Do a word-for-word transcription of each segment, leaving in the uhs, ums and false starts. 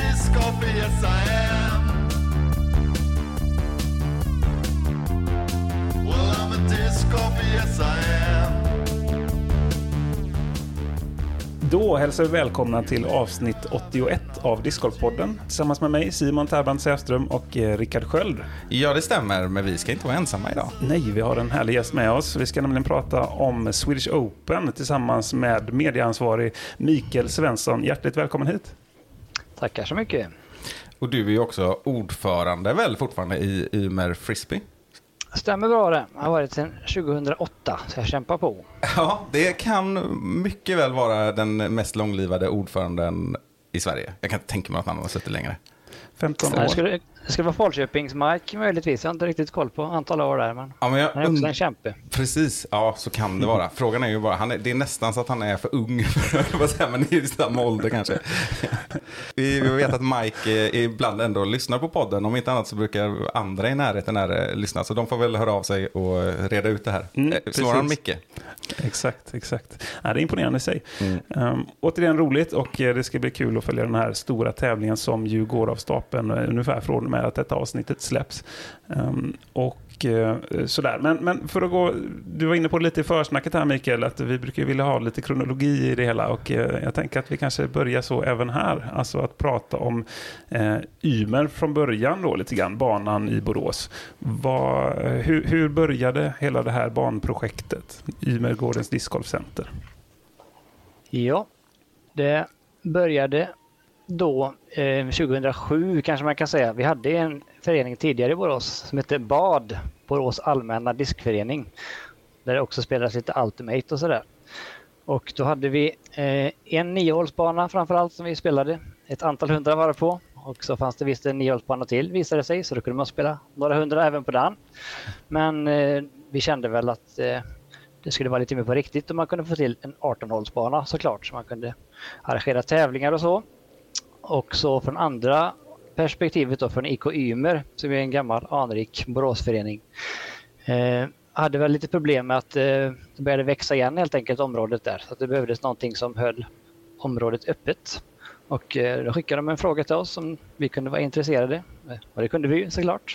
disc golf, yes I am. Well, I'm a disc golf, yes I am. Då hälsar vi välkomna till avsnitt åttioett av Discgolfpodden tillsammans med mig, Simon Terbrand Säfström och eh, Rickard Sköld. Ja, det stämmer, men vi ska inte vara ensamma idag. Nej, vi har en härlig gäst med oss. Vi ska nämligen prata om Swedish Open tillsammans med medieansvarig Mikael Svensson. Hjärtligt välkommen hit. Tackar så mycket. Och du är ju också ordförande väl fortfarande i Ymer Frisbee? Stämmer bra det. Jag har varit sedan tjugohundraåtta, så jag kämpar på. Ja, det kan mycket väl vara den mest långlivade ordföranden i Sverige. Jag kan inte tänka mig att han har suttit längre. femton år. Det skulle, det skulle vara Falköpings Mike möjligtvis. Jag har inte riktigt koll på antal år där. Men ja, men jag, han är också en kämpe. Precis, ja så kan det vara. Frågan är ju bara, han är, det är nästan så att han är för ung för att säga, men i samma ålder kanske. Vi, vi vet att Mike ibland ändå lyssnar på podden. Om inte annat så brukar andra i närheten här lyssna. Så de får väl höra av sig och reda ut det här. Mm, Slår han Micke? Exakt, exakt. Ja, det är imponerande i sig. Mm. Um, återigen roligt och det ska bli kul att följa den här stora tävlingen som ju går av stapeln ungefär från med att detta avsnittet släpps. Um, och uh, sådär. Men, men för att gå, du var inne på lite i försnacket här Mikael, att vi brukar vilja ha lite kronologi i det hela och uh, jag tänker att vi kanske börjar så även här. Alltså att prata om uh, Ymer från början då lite grann, banan i Borås. Vad, hur, hur började hela det här banprojektet? Ymer Gårdens discgolfcenter. Ja, det började då eh, tjugohundrasju kanske man kan säga. Vi hade en förening tidigare i Borås som hette B A D, Borås allmänna diskförening. Där det också spelades lite Ultimate och sådär. Och då hade vi eh, en niohålsbana framförallt som vi spelade. Ett antal hundra var på. Och så fanns det visst en niohålsbana till visade det sig. Så då kunde man spela några hundra även på den. Men eh, vi kände väl att eh, det skulle vara lite mer på riktigt och man kunde få till en arton-hålsbana såklart. Så man kunde arrangera tävlingar och så. Och så från andra perspektivet då från I K Ymer som är en gammal anrik Boråsförening. Eh, hade väl lite problem med att eh, det började växa igen helt enkelt området där. Så att det behövdes någonting som höll området öppet. Och eh, då skickade de en fråga till oss om vi kunde vara intresserade. Och det kunde vi såklart.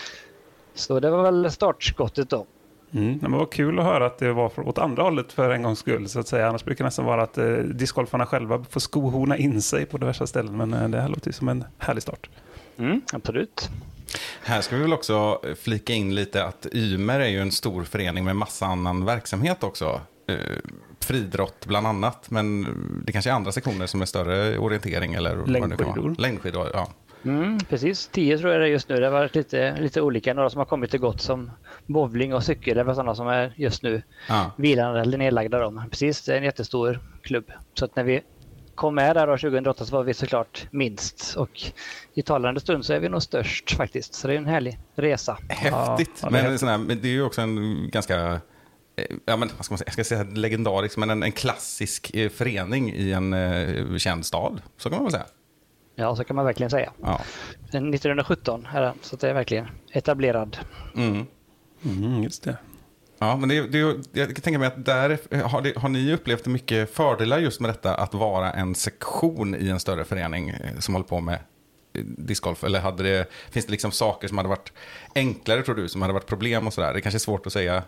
Så det var väl startskottet då. Mm, men vad kul att höra att det var åt andra hållet för en gångs skull så att säga. Annars brukar det nästan vara att eh, discgolfarna själva får skohorna in sig på diverse ställen. Men eh, det här låter ju som en härlig start. Mm, absolut. Här ska vi väl också flika in lite att Ymer är ju en stor förening med massa annan verksamhet också. Eh, fridrott bland annat, men det kanske är andra sektioner som är större orientering eller längdskidor. Längdskidor, ja. Mm, precis, tio tror jag det är just nu. Det har varit lite, lite olika. Några som har kommit och gått som bowling och cykel. Det var sådana som är just nu ja. vilande eller nedlagda. Dem. Precis, det är en jättestor klubb. Så att när vi kom med där då tjugohundraåtta så var vi såklart minst. Och i talande stund så är vi nog störst faktiskt. Så det är en härlig resa. Häftigt, ja, men, sån här, men det är ju också en ganska... Ja, men, vad ska man säga? Jag ska säga legendarisk, men en, en klassisk eh, förening i en eh, känd stad. Så kan man väl säga. Ja, så kan man verkligen säga. Ja. nittonhundrasjutton är den, så det är verkligen etablerad. Mm. Mm, just det. Ja, men det, det, jag kan tänka mig att där har, det, har ni upplevt mycket fördelar just med detta att vara en sektion i en större förening som håller på med discgolf? Eller hade det, finns det liksom saker som hade varit enklare tror du, som hade varit problem och sådär? Det kanske är svårt att säga.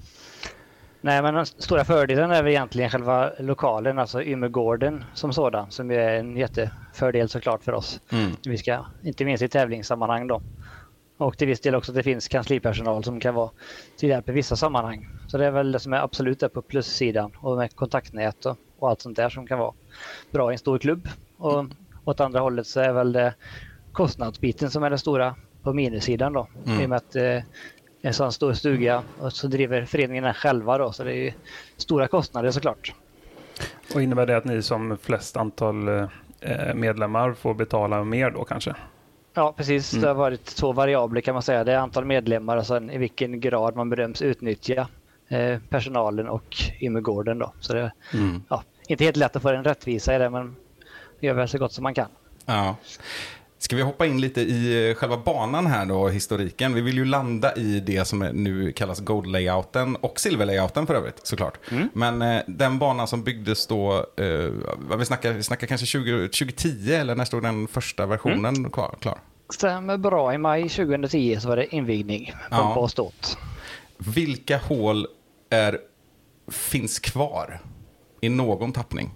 Nej, men den stora fördelen är väl egentligen själva lokalen, alltså Ymergården som sådan, som är en jättefördel såklart för oss. Mm. Vi ska, inte minst i tävlingssammanhang då. Och till viss del också att det finns kanslipersonal som kan vara till hjälp i vissa sammanhang. Så det är väl det som är absolut där på plussidan och med kontaktnät och, och allt sånt där som kan vara bra i en stor klubb. Och åt andra hållet så är väl det kostnadsbiten som är det stora på minussidan då. Mm. I och med att eh, en sån stor stuga och så driver föreningen själva då, så det är ju stora kostnader såklart. Och innebär det att ni som flest antal eh, medlemmar får betala mer då kanske? Ja, precis. Mm. Det har varit två variabler kan man säga. Det är antal medlemmar och sen i vilken grad man bedöms utnyttja eh, personalen och Ymergården då. Så det är mm. ja, inte helt lätt att få en rättvisa i det, men det gör väl så gott som man kan. Ja. Ska vi hoppa in lite i själva banan här då, historiken? Vi vill ju landa i det som nu kallas Gold-layouten och Silver-layouten för övrigt, såklart. Mm. Men eh, den banan som byggdes då, eh, vad vi snackar, vi snackar kanske tjugo tjugo-tio eller när stod den första versionen mm. klar? klar? Stämmer bra, i maj tjugohundratio så var det invigning på ja. och ståt. Vilka hål är, finns kvar i någon tappning?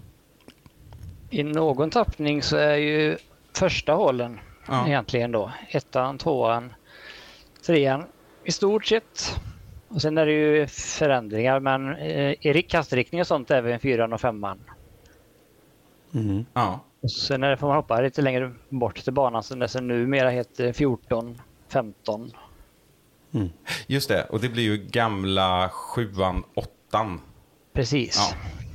I någon tappning så är ju första hålen ja. egentligen då. Ettan, tvåan, trean i stort sett. Och sen är det ju förändringar, men eh, i kastriktning och sånt är vi en fyran och femman. Mm. Ja. Och sen är det, får man hoppa lite längre bort till banan som det numera heter fjorton, femton. Mm. Just det, och det blir ju gamla sjuan, åttan. Precis. Ja.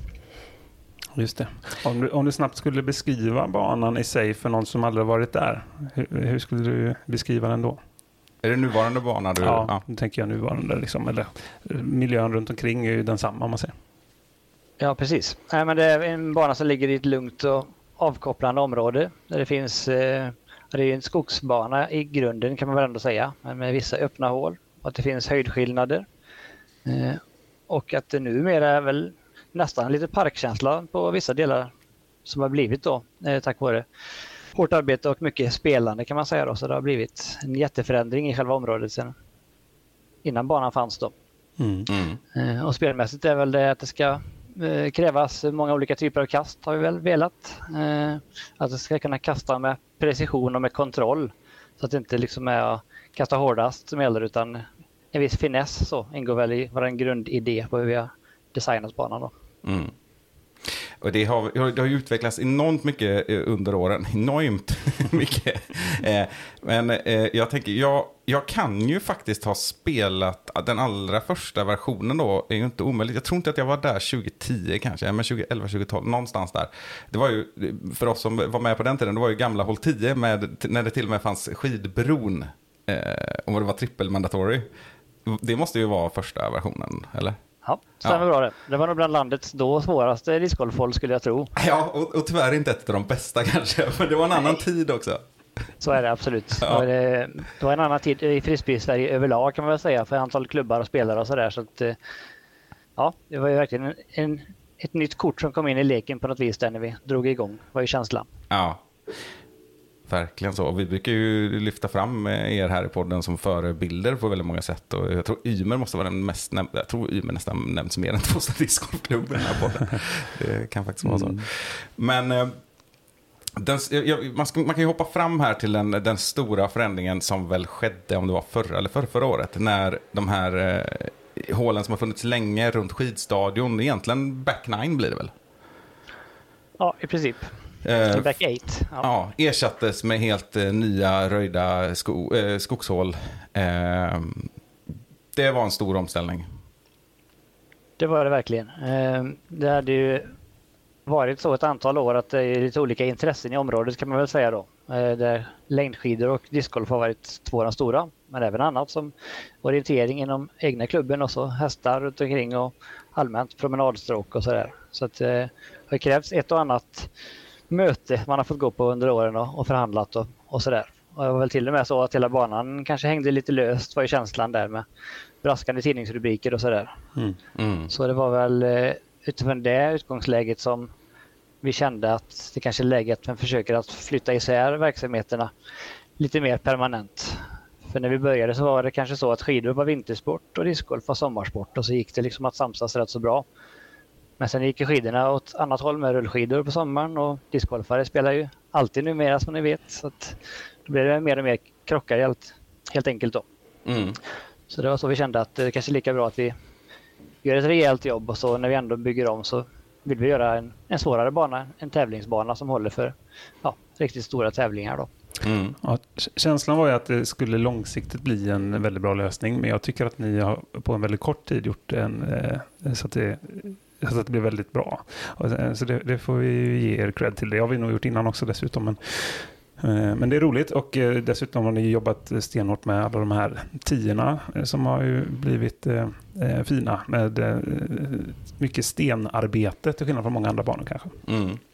Just det. Om du, om du snabbt skulle beskriva banan i sig för någon som aldrig varit där, hur, hur skulle du beskriva den då? Är det nuvarande bana? Du, ja, ja, nu tänker jag nuvarande. Liksom, eller, miljön runt omkring är ju densamma om man säger. Ja, precis. Nej, men det är en bana som ligger i ett lugnt och avkopplande område. Där det finns, eh, det är en skogsbana i grunden kan man väl ändå säga, men med vissa öppna hål. Och att det finns höjdskillnader. Eh, och att det numera är väl nästan lite parkkänsla på vissa delar som har blivit då eh, tack vare hårt arbete och mycket spelande kan man säga då. Så det har blivit en jätteförändring i själva området sen innan banan fanns då. Mm. Mm. Eh, och spelmässigt är väl det att det ska eh, krävas många olika typer av kast har vi väl velat. Eh, att det ska kunna kasta med precision och med kontroll så att det inte liksom är att kasta hårdast som gäller utan en viss finess så ingår väl i vår grundidé på hur vi har designat banan då. Mm. Och det har, det har utvecklats enormt mycket under åren. Enormt mycket. Men jag tänker, jag, jag kan ju faktiskt ha spelat den allra första versionen då. Är ju inte omöjligt. Jag tror inte att jag var där tjugohundratio kanske. Men tjugoelva, tjugohundratolv, någonstans där. Det var ju, för oss som var med på den tiden, det var ju gamla håll tio med, när det till och med fanns skidbron. Eh, om det var trippelmandatory. Det måste ju vara första versionen, eller? Ja, stämmer ja. bra det. Det var nog bland landets då svåraste discgolfhåll skulle jag tro. Ja, och, och tyvärr inte ett av de bästa kanske. Men det var en annan Nej. tid också. Så är det absolut. Ja. Det, var, det var en annan tid i frisbee i Sverige överlag kan man väl säga. För antal klubbar och spelare och sådär. Så att, ja, det var ju verkligen en, en, ett nytt kort som kom in i leken på något vis där när vi drog igång. Var ju känslan. Ja. Verkligen så. Vi brukar ju lyfta fram er här i podden som förebilder på väldigt många sätt. Och jag tror Ymer måste vara den mest nämnda. Jag tror Ymer nästan nämns mer än Tvåsta discgolfklubb i den här podden. Det kan faktiskt vara så. Mm. Men den, man, ska, man kan ju hoppa fram här till den, den stora förändringen som väl skedde om det var förra eller förra, förra året. När de här eh, hålen som har funnits länge runt skidstadion, egentligen back nine blir det väl? Ja, i princip. Uh, back eight. Ja. ja, ersattes med helt uh, nya röjda sko uh, skogshål. Uh, det var en stor omställning. Det var det verkligen. Uh, det hade ju varit så ett antal år att det är lite olika intressen i området kan man väl säga då. Uh, där längdskidor och discgolf har varit två av de stora. Men även annat som orientering inom egna klubben och så hästar runt omkring och allmänt promenadstråk och sådär. Så att uh, det har krävts ett och annat möte man har fått gå på under åren och, och förhandlat och, och sådär. Och det var väl till och med så att hela banan kanske hängde lite löst var ju känslan där med braskande tidningsrubriker och sådär. Mm. Mm. Så det var väl utifrån det utgångsläget som vi kände att det kanske är läge att man försöker att flytta isär verksamheterna lite mer permanent. För när vi började så var det kanske så att skidor var vintersport och discgolf var sommarsport och så gick det liksom att samsas rätt så bra. Men sen gick skidorna åt annat håll med rullskidor på sommaren och discgolfare spelar ju alltid numera som ni vet. Så att då blir det mer och mer krockar helt, helt enkelt då. Mm. Så det var så vi kände att det kanske är lika bra att vi gör ett rejält jobb och så när vi ändå bygger om så vill vi göra en, en svårare bana, en tävlingsbana som håller för ja, riktigt stora tävlingar då. Mm. Ja, känslan var ju att det skulle långsiktigt bli en väldigt bra lösning, men jag tycker att ni har på en väldigt kort tid gjort en eh, så att det så att det blir väldigt bra. Så det, det får vi ge er cred till. Det har vi nog gjort innan också dessutom. Men, men det är roligt och dessutom har ni jobbat stenhårt med alla de här tiorna som har ju blivit eh, fina med eh, mycket stenarbete till skillnad från många andra banor kanske. Mm.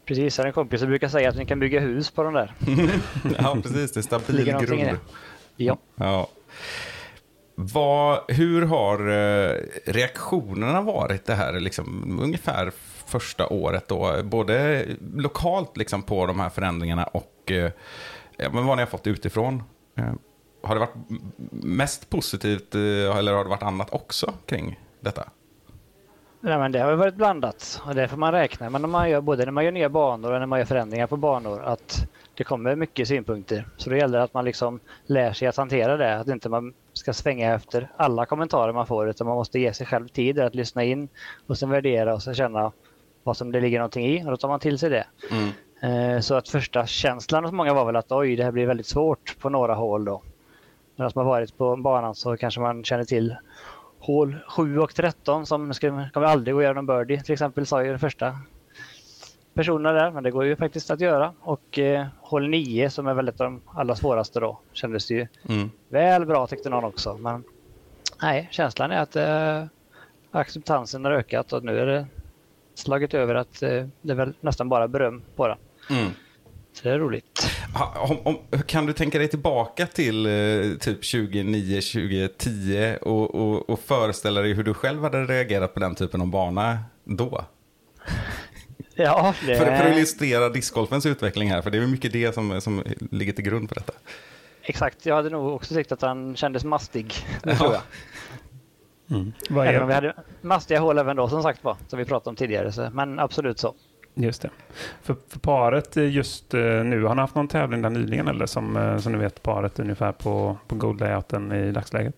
Precis, jag har en kompis som brukar säga att ni kan bygga hus på de där. Ja, precis. Det är stabil Ligger någonting i grund. det. Ja. Ja. Vad, hur har eh, reaktionerna varit det här liksom, ungefär första året då? Både lokalt liksom, på de här förändringarna och eh, men vad ni har fått utifrån. Eh, har det varit mest positivt eh, eller har det varit annat också kring detta? Nej, men det har varit blandat och det får man räkna. Men när man gör, både när man gör nya banor och när man gör förändringar på banor, att det kommer mycket synpunkter. Så det gäller att man liksom lär sig att hantera det. Att inte man ska svänga efter alla kommentarer man får, utan man måste ge sig själv tid att lyssna in och sen värdera och sen känna vad som det ligger någonting i, och då tar man till sig det. Mm. Så att första känslan hos många var väl att oj, det här blir väldigt svårt på några hål då. När man har varit på banan så kanske man känner till hål sju och tretton som ska, kommer aldrig gå att göra någon birdie, till exempel, sa ju den första personerna där, men det går ju faktiskt att göra. Och eh, hål nio som är väl ett av de allra svåraste då, kändes ju mm. väl bra, tyckte någon också. Men nej, känslan är att eh, acceptansen har ökat och nu är det slagit över att eh, det är väl nästan bara beröm på det. Mm. Så det är roligt. Ha, om, om, kan du tänka dig tillbaka till eh, typ tjugonio tjugohundratio och, och, och föreställa dig hur du själv hade reagerat på den typen av bana då? Ja, det... för, för att illustrera discgolfens utveckling här, för det är mycket det som, som ligger till grund för detta. Exakt, jag hade nog också tyckt att han kändes mastig, det tror jag. Mm. Vad är... Även om vi hade mastiga hål även då, som sagt var, som vi pratade om tidigare, så, men absolut så. Just det. För, för paret just nu, har ni haft någon tävling där nyligen eller som, som ni vet paret ungefär på, på Gold-layouten i dagsläget?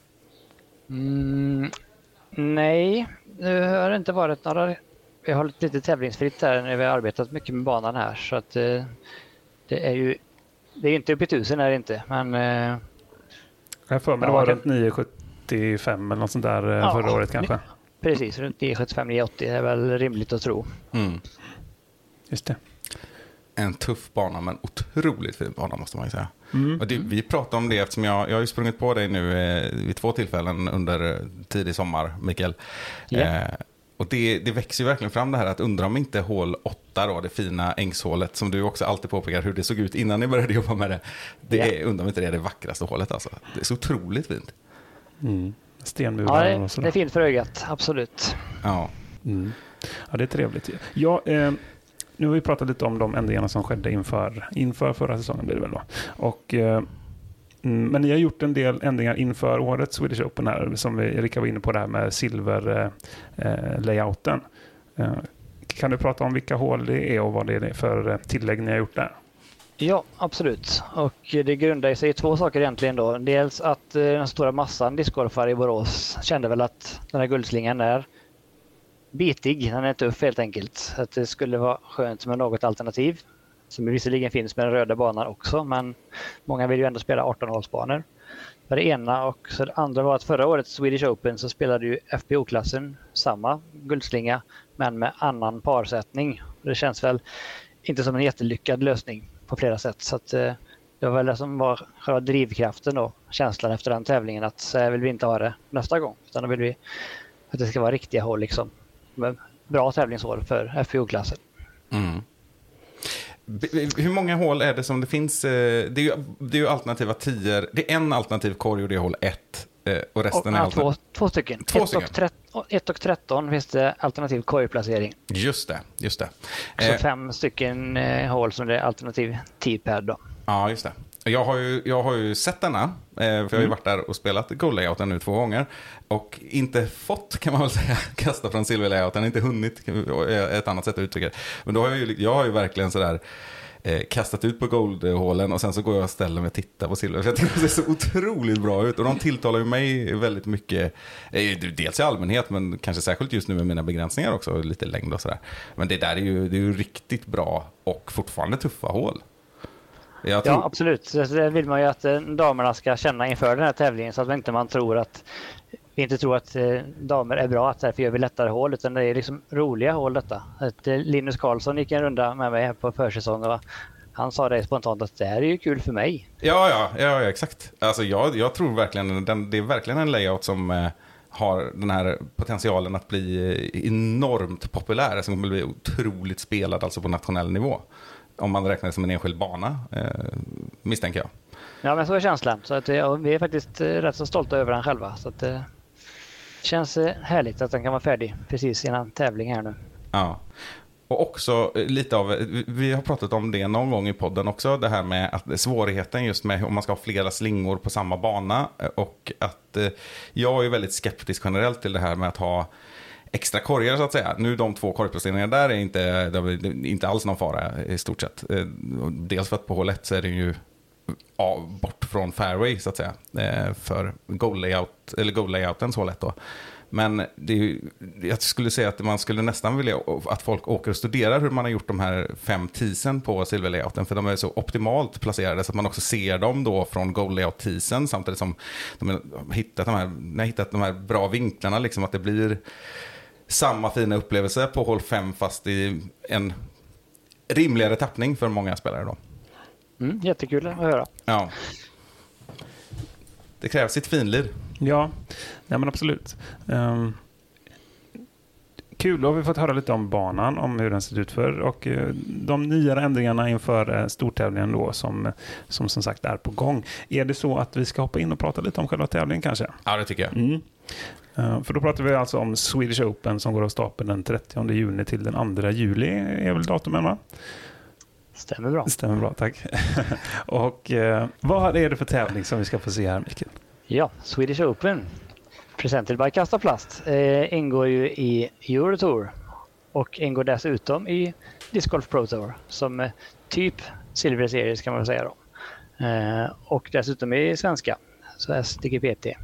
Mm, nej, det har inte varit några. Vi har hållit lite tävlingsfritt här när vi har arbetat mycket med banan här, så att eh, det är ju det är inte upp i tusen är det inte, men eh, jag för mig det var runt nio sjuttiofem eller något sånt där ja, förra året kanske. Precis, runt nio sjuttiofem nio åttio är väl rimligt att tro. Mm. Just det. En tuff bana, men otroligt fin bana måste man ju säga. Mm. Och det, vi pratar om det eftersom jag, jag har ju sprungit på dig nu eh, vid två tillfällen under tidig sommar, Mikael. Yeah. Eh, och det, det växer ju verkligen fram det här att undra om inte hål åtta då, det fina ängshålet som du också alltid påpekar hur det såg ut innan ni började jobba med det. Det yeah. är, undrar om inte det är det vackraste hålet alltså. Det är så otroligt fint. Mm. Stenmurar ja, det, och sådär. Det är fint för ögat, absolut. Ja. Mm. Ja, det är trevligt. Ja, eh, nu har vi pratat lite om de ändringarna som skedde inför, inför förra säsongen blir det väl då. Och, eh, men ni har gjort en del ändringar inför årets Swedish Open här, som vi, Erika var inne på det här med silver-layouten. Eh, eh, kan du prata om vilka hål det är och vad det är för tillägg ni har gjort där? Ja, absolut. Och det grundar sig i två saker egentligen då. Dels att eh, den stora massan discgolfare i Borås kände väl att den här guldslingan är bitig, den är tuff helt enkelt. Att det skulle vara skönt med något alternativ. Som visserligen finns med den röda banan också, men många vill ju ändå spela arton-hålsbanor. Det, det ena, och så det andra var att förra året Swedish Open så spelade ju F P O-klassen samma guldslinga men med annan parsättning. Det känns väl inte som en jättelyckad lösning på flera sätt. Så att, eh, det var väl det som var själva drivkraften då, känslan efter den tävlingen, att så vill vi inte ha det nästa gång, utan då vill vi att det ska vara riktiga hål liksom. Med bra tävlingshål för F P O-klassen. Mm. Hur många hål är det som det finns? Det är ju, det är ju alternativa tior. Det är en alternativ korg och det är hål ett. Och resten och, är ja, två, två stycken. Två ett, stycken. Och tretton, ett och tretton finns det alternativ korgplacering. Just det, just det. Så eh. fem stycken eh, hål som det är alternativ T-pad då. Ja, just det. Jag har ju, jag har ju sett denna, för jag har ju varit där och spelat Gold-layouten nu två gånger. Och inte fått, kan man väl säga, kasta från Silver-layouten. Inte hunnit, ett annat sätt att uttrycka det. Men då har jag ju, jag har ju verkligen sådär eh, kastat ut på Gold-hålen och sen så går jag och ställer mig och tittar på Silver. För jag tycker det ser så otroligt bra ut. Och de tilltalar ju mig väldigt mycket, eh, dels i allmänhet, men kanske särskilt just nu med mina begränsningar också, lite längd och sådär. Men det där är ju, det är ju riktigt bra och fortfarande tuffa hål. Jag tror... Ja, absolut. Det vill man ju att damerna ska känna inför den här tävlingen, så att man inte man tror att vi inte tror att damer är bra, att därför gör vi lättare hål, utan det är liksom roliga hål detta. Att Linus Karlsson gick en runda med mig här på försäsongen och han sa det spontant att det här är ju kul för mig. Ja, ja, ja, ja exakt. Alltså jag, jag tror verkligen den, det är verkligen en layout som eh, har den här potentialen att bli enormt populär, som kommer bli otroligt spelad alltså på nationell nivå. Om man räknar det som en enskild bana, eh, misstänker jag. Ja, men så är känslan. Så att, ja, vi är faktiskt eh, rätt så stolta över den själva. Så att det eh, känns eh, härligt att den kan vara färdig precis innan tävling här nu. Ja. Och också lite av, vi har pratat om det någon gång i podden också, det här med att svårigheten just med om man ska ha flera slingor på samma bana, och att eh, jag är väldigt skeptisk generellt till det här med att ha extra korgar så att säga. Nu de två korgplaceringarna där är inte, det är inte alls någon fara i stort sett. Eh, dels för att på hål ett så är det ju ja, bort från fairway så att säga, eh, för goal layout, eller goal layoutens hål ett då. Men det är ju, jag skulle säga att man skulle nästan vilja att folk åker och studerar hur man har gjort de här fem teesen på silverlayouten, för de är så optimalt placerade så att man också ser dem då från goal layout teesen, samtidigt som de har hittat de här, när hittat de här bra vinklarna, liksom att det blir samma fina upplevelse på hål fem fast i en rimligare tappning för många spelare då. Mm, jättekul att höra. Ja. Det krävs sitt finlir. Ja, ja men absolut. Um, kul, då har vi fått höra lite om banan, om hur den ser ut för, och uh, de nya ändringarna inför uh, stortävlingen då som, som som sagt är på gång. Är det så att vi ska hoppa in och prata lite om själva tävlingen kanske? Ja, det tycker jag. Mm. Uh, för då pratar vi alltså om Swedish Open som går av stapeln den trettionde juni till den andra juli är väl datumen, va? Stämmer bra. Stämmer bra, tack. Och uh, vad är det för tävling som vi ska få se här, Mikael? Ja, Swedish Open, presented by Kastaplast, eh, ingår ju i Eurotour och ingår dessutom i Disc Golf Pro Tour som eh, typ Silver Series kan man väl säga då. Eh, och dessutom i svenska, så S D G P T.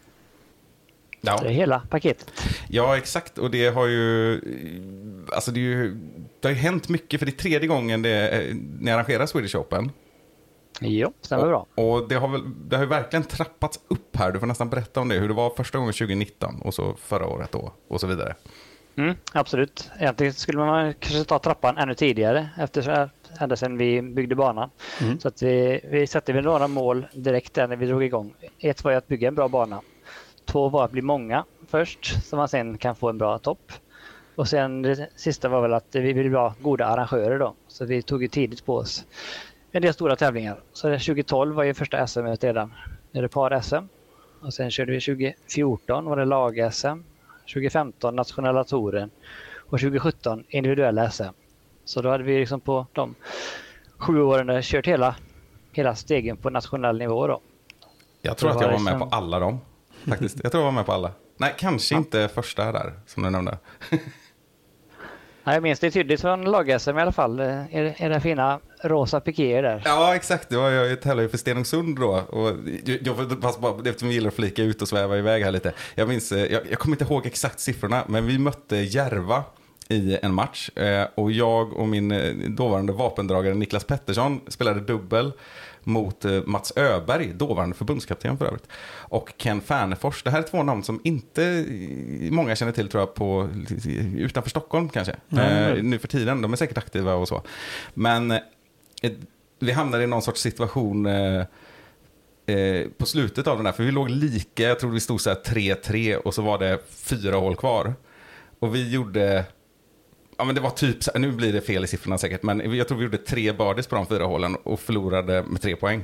Ja. Det är hela paketet. Ja, exakt. Och det har ju, alltså det, är ju, det har ju hänt mycket, för det är tredje gången det, ni arrangerar Swedish Open. Jo, stämmer och, bra. Och det har, väl, det har ju verkligen trappats upp här. Du får nästan berätta om det. Hur det var första gången tjugonitton och så förra året då och så vidare. Mm, absolut. Egentligen skulle man kanske ta trappan ännu tidigare efter ända sedan vi byggde banan. Mm. Så att vi, vi satte väl några mål direkt där när vi drog igång. Ett var att bygga en bra bana. Två var att bli många först så man sen kan få en bra topp. Och sen det sista var väl att vi ville vara goda arrangörer då. Så vi tog ju tidigt på oss en del stora tävlingar. Så tjugohundratolv var ju första S M redan. Det är det par-S M. Och sen körde vi tjugofjorton var det lag-S M. tjugofemton nationella touren. Och tjugosjutton individuella S M. Så då hade vi liksom på de sju åren kört hela, hela stegen på nationell nivå då. Jag tror att jag var med liksom på alla dem. Faktiskt. Jag tror jag var med på alla. Nej, kanske ja. inte första där som du nämnde. Ja, jag minns det tydligt från lag-S M i alla fall. Är det, är det fina rosa pikéer där? Ja, exakt. Det var jag tävlade ju för Stenungsund då. Och jag får bara, eftersom vi gillar att flika ut och sväva iväg här lite. Jag minns, jag, jag kommer inte ihåg exakt siffrorna, men vi mötte Järva i en match. Och jag och min dåvarande vapendragare Niklas Pettersson spelade dubbel mot Mats Öberg, dåvarande förbundskapten för övrigt, och Ken Färnefors. Det här är två namn som inte många känner till, tror jag, på, utanför Stockholm kanske. Mm. Eh, nu för tiden, de är säkert aktiva och så. Men eh, vi hamnade i någon sorts situation eh, eh, på slutet av den här, för vi låg lika, jag tror vi stod så här tre tre och så var det fyra hål kvar. Och vi gjorde... Ja, men det var typ, nu blir det fel i siffrorna säkert, men jag tror vi gjorde tre birdies på de fyra hålen och förlorade med tre poäng.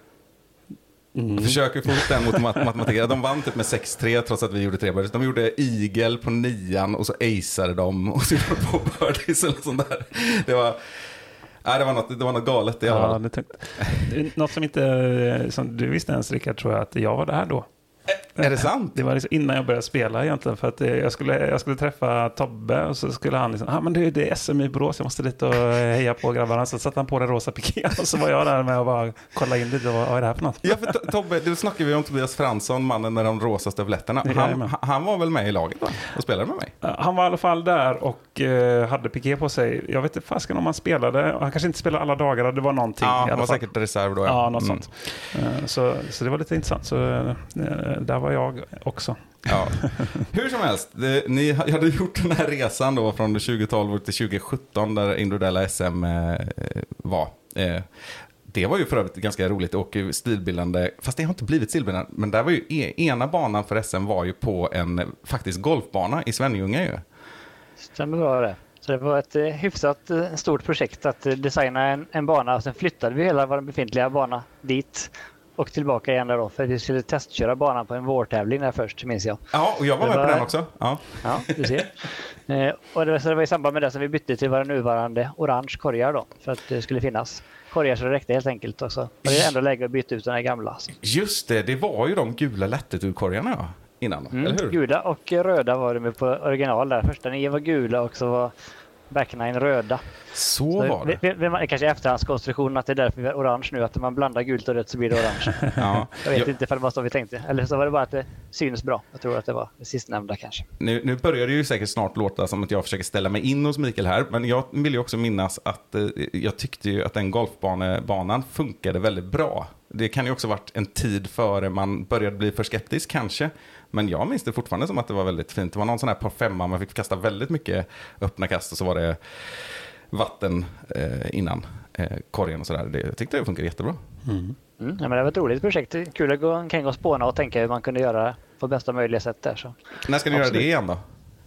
Mm. Försöker få upp den mot mat- matematiken. De vann typ med sex tre trots att vi gjorde tre birdies. De gjorde eagle på nian och så aceade de och så gjorde de på birdies eller sånt där. Det var... Nej, det var något, det var något galet i alla fall. Ja, det något som inte, som du visste ens, Rickard, tror jag att jag var där då. Är det sant? Det var liksom innan jag började spela egentligen, för att jag skulle, jag skulle träffa Tobbe och så skulle han liksom, ah, men det, det är S M i Borås, jag måste dit och heja på grabbarna. Så satte han på den rosa piké och så var jag där med att bara kolla in lite, vad, vad är det här för något? Ja, för Tobbe, du snackade vi om Tobias Fransson, mannen med de rosa stövletterna. Han, han var väl med i laget då, och spelade med mig? Han var i alla fall där och uh, hade piké på sig. Jag vet inte fasken om han spelade, han kanske inte spelade alla dagar, det var någonting. Ja, i han var fall. säkert reserv då. Ja, ja något mm. sånt. Uh, så, så det var lite intressant. Så uh, där var jag också. Ja. Hur som helst, det, ni hade gjort den här resan då från tjugo tolv till tjugo sjutton där individuella S M eh, var. Eh, det var ju för övrigt ganska roligt och stilbildande, fast det har inte blivit stilbildande, men där var ju e- ena banan för S M var ju på en faktiskt golfbana i Svenljunga ju. Stämmer bra det. Så det var ett eh, hyfsat eh, stort projekt att eh, designa en, en bana och sen flyttade vi hela vår befintliga bana dit och tillbaka igen där då för att vi skulle testköra banan på en vårtävling där först, minns jag. Ja, och jag var det med var... på den också. Ja, ja du ser. eh, och det var, så det var i samband med det som vi bytte till våra nuvarande orange korgar då för att det skulle finnas korgar så det räckte helt enkelt också. Och det är ändå läge att byta ut den här gamla. Så. Just det, det var ju de gula lätteturkorgarna ja, innan, Mm, eller hur? Gula och röda var det med på original där. Första nio var gula och så var backnine röda. Så, Så var det. vi, vi, vi, kanske efterhandskonstruktion att det är därför vi har orange nu. Att man blandar gult och rött så blir det orange. Ja. Jag vet Jag- inte ifall det var så vi tänkte. Eller så var det bara att det syns bra. Jag tror att det var det sistnämnda kanske. Nu, nu börjar det ju säkert snart låta som att jag försöker ställa mig in hos Mikael här. Men jag vill ju också minnas att eh, jag tyckte ju att den golfbanan funkade väldigt bra. Det kan ju också varit en tid före man började bli för skeptisk kanske. Men jag minns det fortfarande som att det var väldigt fint. Det var någon sån här par femma, man fick kasta väldigt mycket öppna kast och så var det vatten eh, innan eh, korgen och sådär. Det, jag tyckte det funkade jättebra. Mm. Mm, ja, men det var ett roligt projekt. Kul att gå omkring och spåna och tänka hur man kunde göra det på bästa möjliga sätt där. Så. När ska ni Absolut. göra det igen då?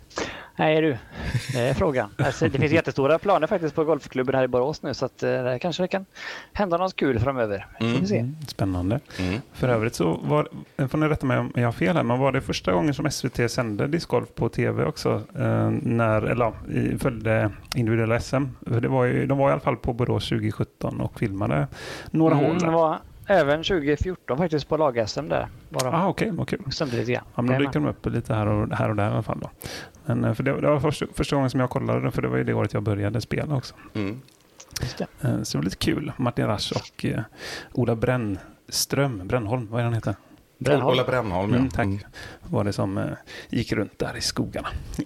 Nej du, det är frågan. Alltså, det finns jättestora planer faktiskt på golfklubben här i Borås nu så att eh, det kanske kan hända något kul framöver. Mm. Får vi se. Mm, spännande. Mm. För övrigt så var, får ni rätta mig om jag har fel här, men var det första gången som S V T sände discgolf på tv också? Eh, när, eller i- följde individuella S M? För det var ju, de var i alla fall på Borås tjugo sjutton och filmade några Mm, hål det där. var även tjugo fjorton faktiskt på lag-S M där. Var de Ah, okej, vad kul. sände lite grann. Ja, men då dyker de upp lite här och, här och där i alla fall då. Men eh, för det, det var första, första gången som jag kollade, för det var ju det året jag började spela också. Mm. Just det. Eh, Så det var lite kul. Martin Rasch och eh, Ola Brännström, Brännholm, vad är han heter? Brännholm. Ola Brännholm, ja. Mm, tack. Mm. Var det som eh, gick runt där i skogarna.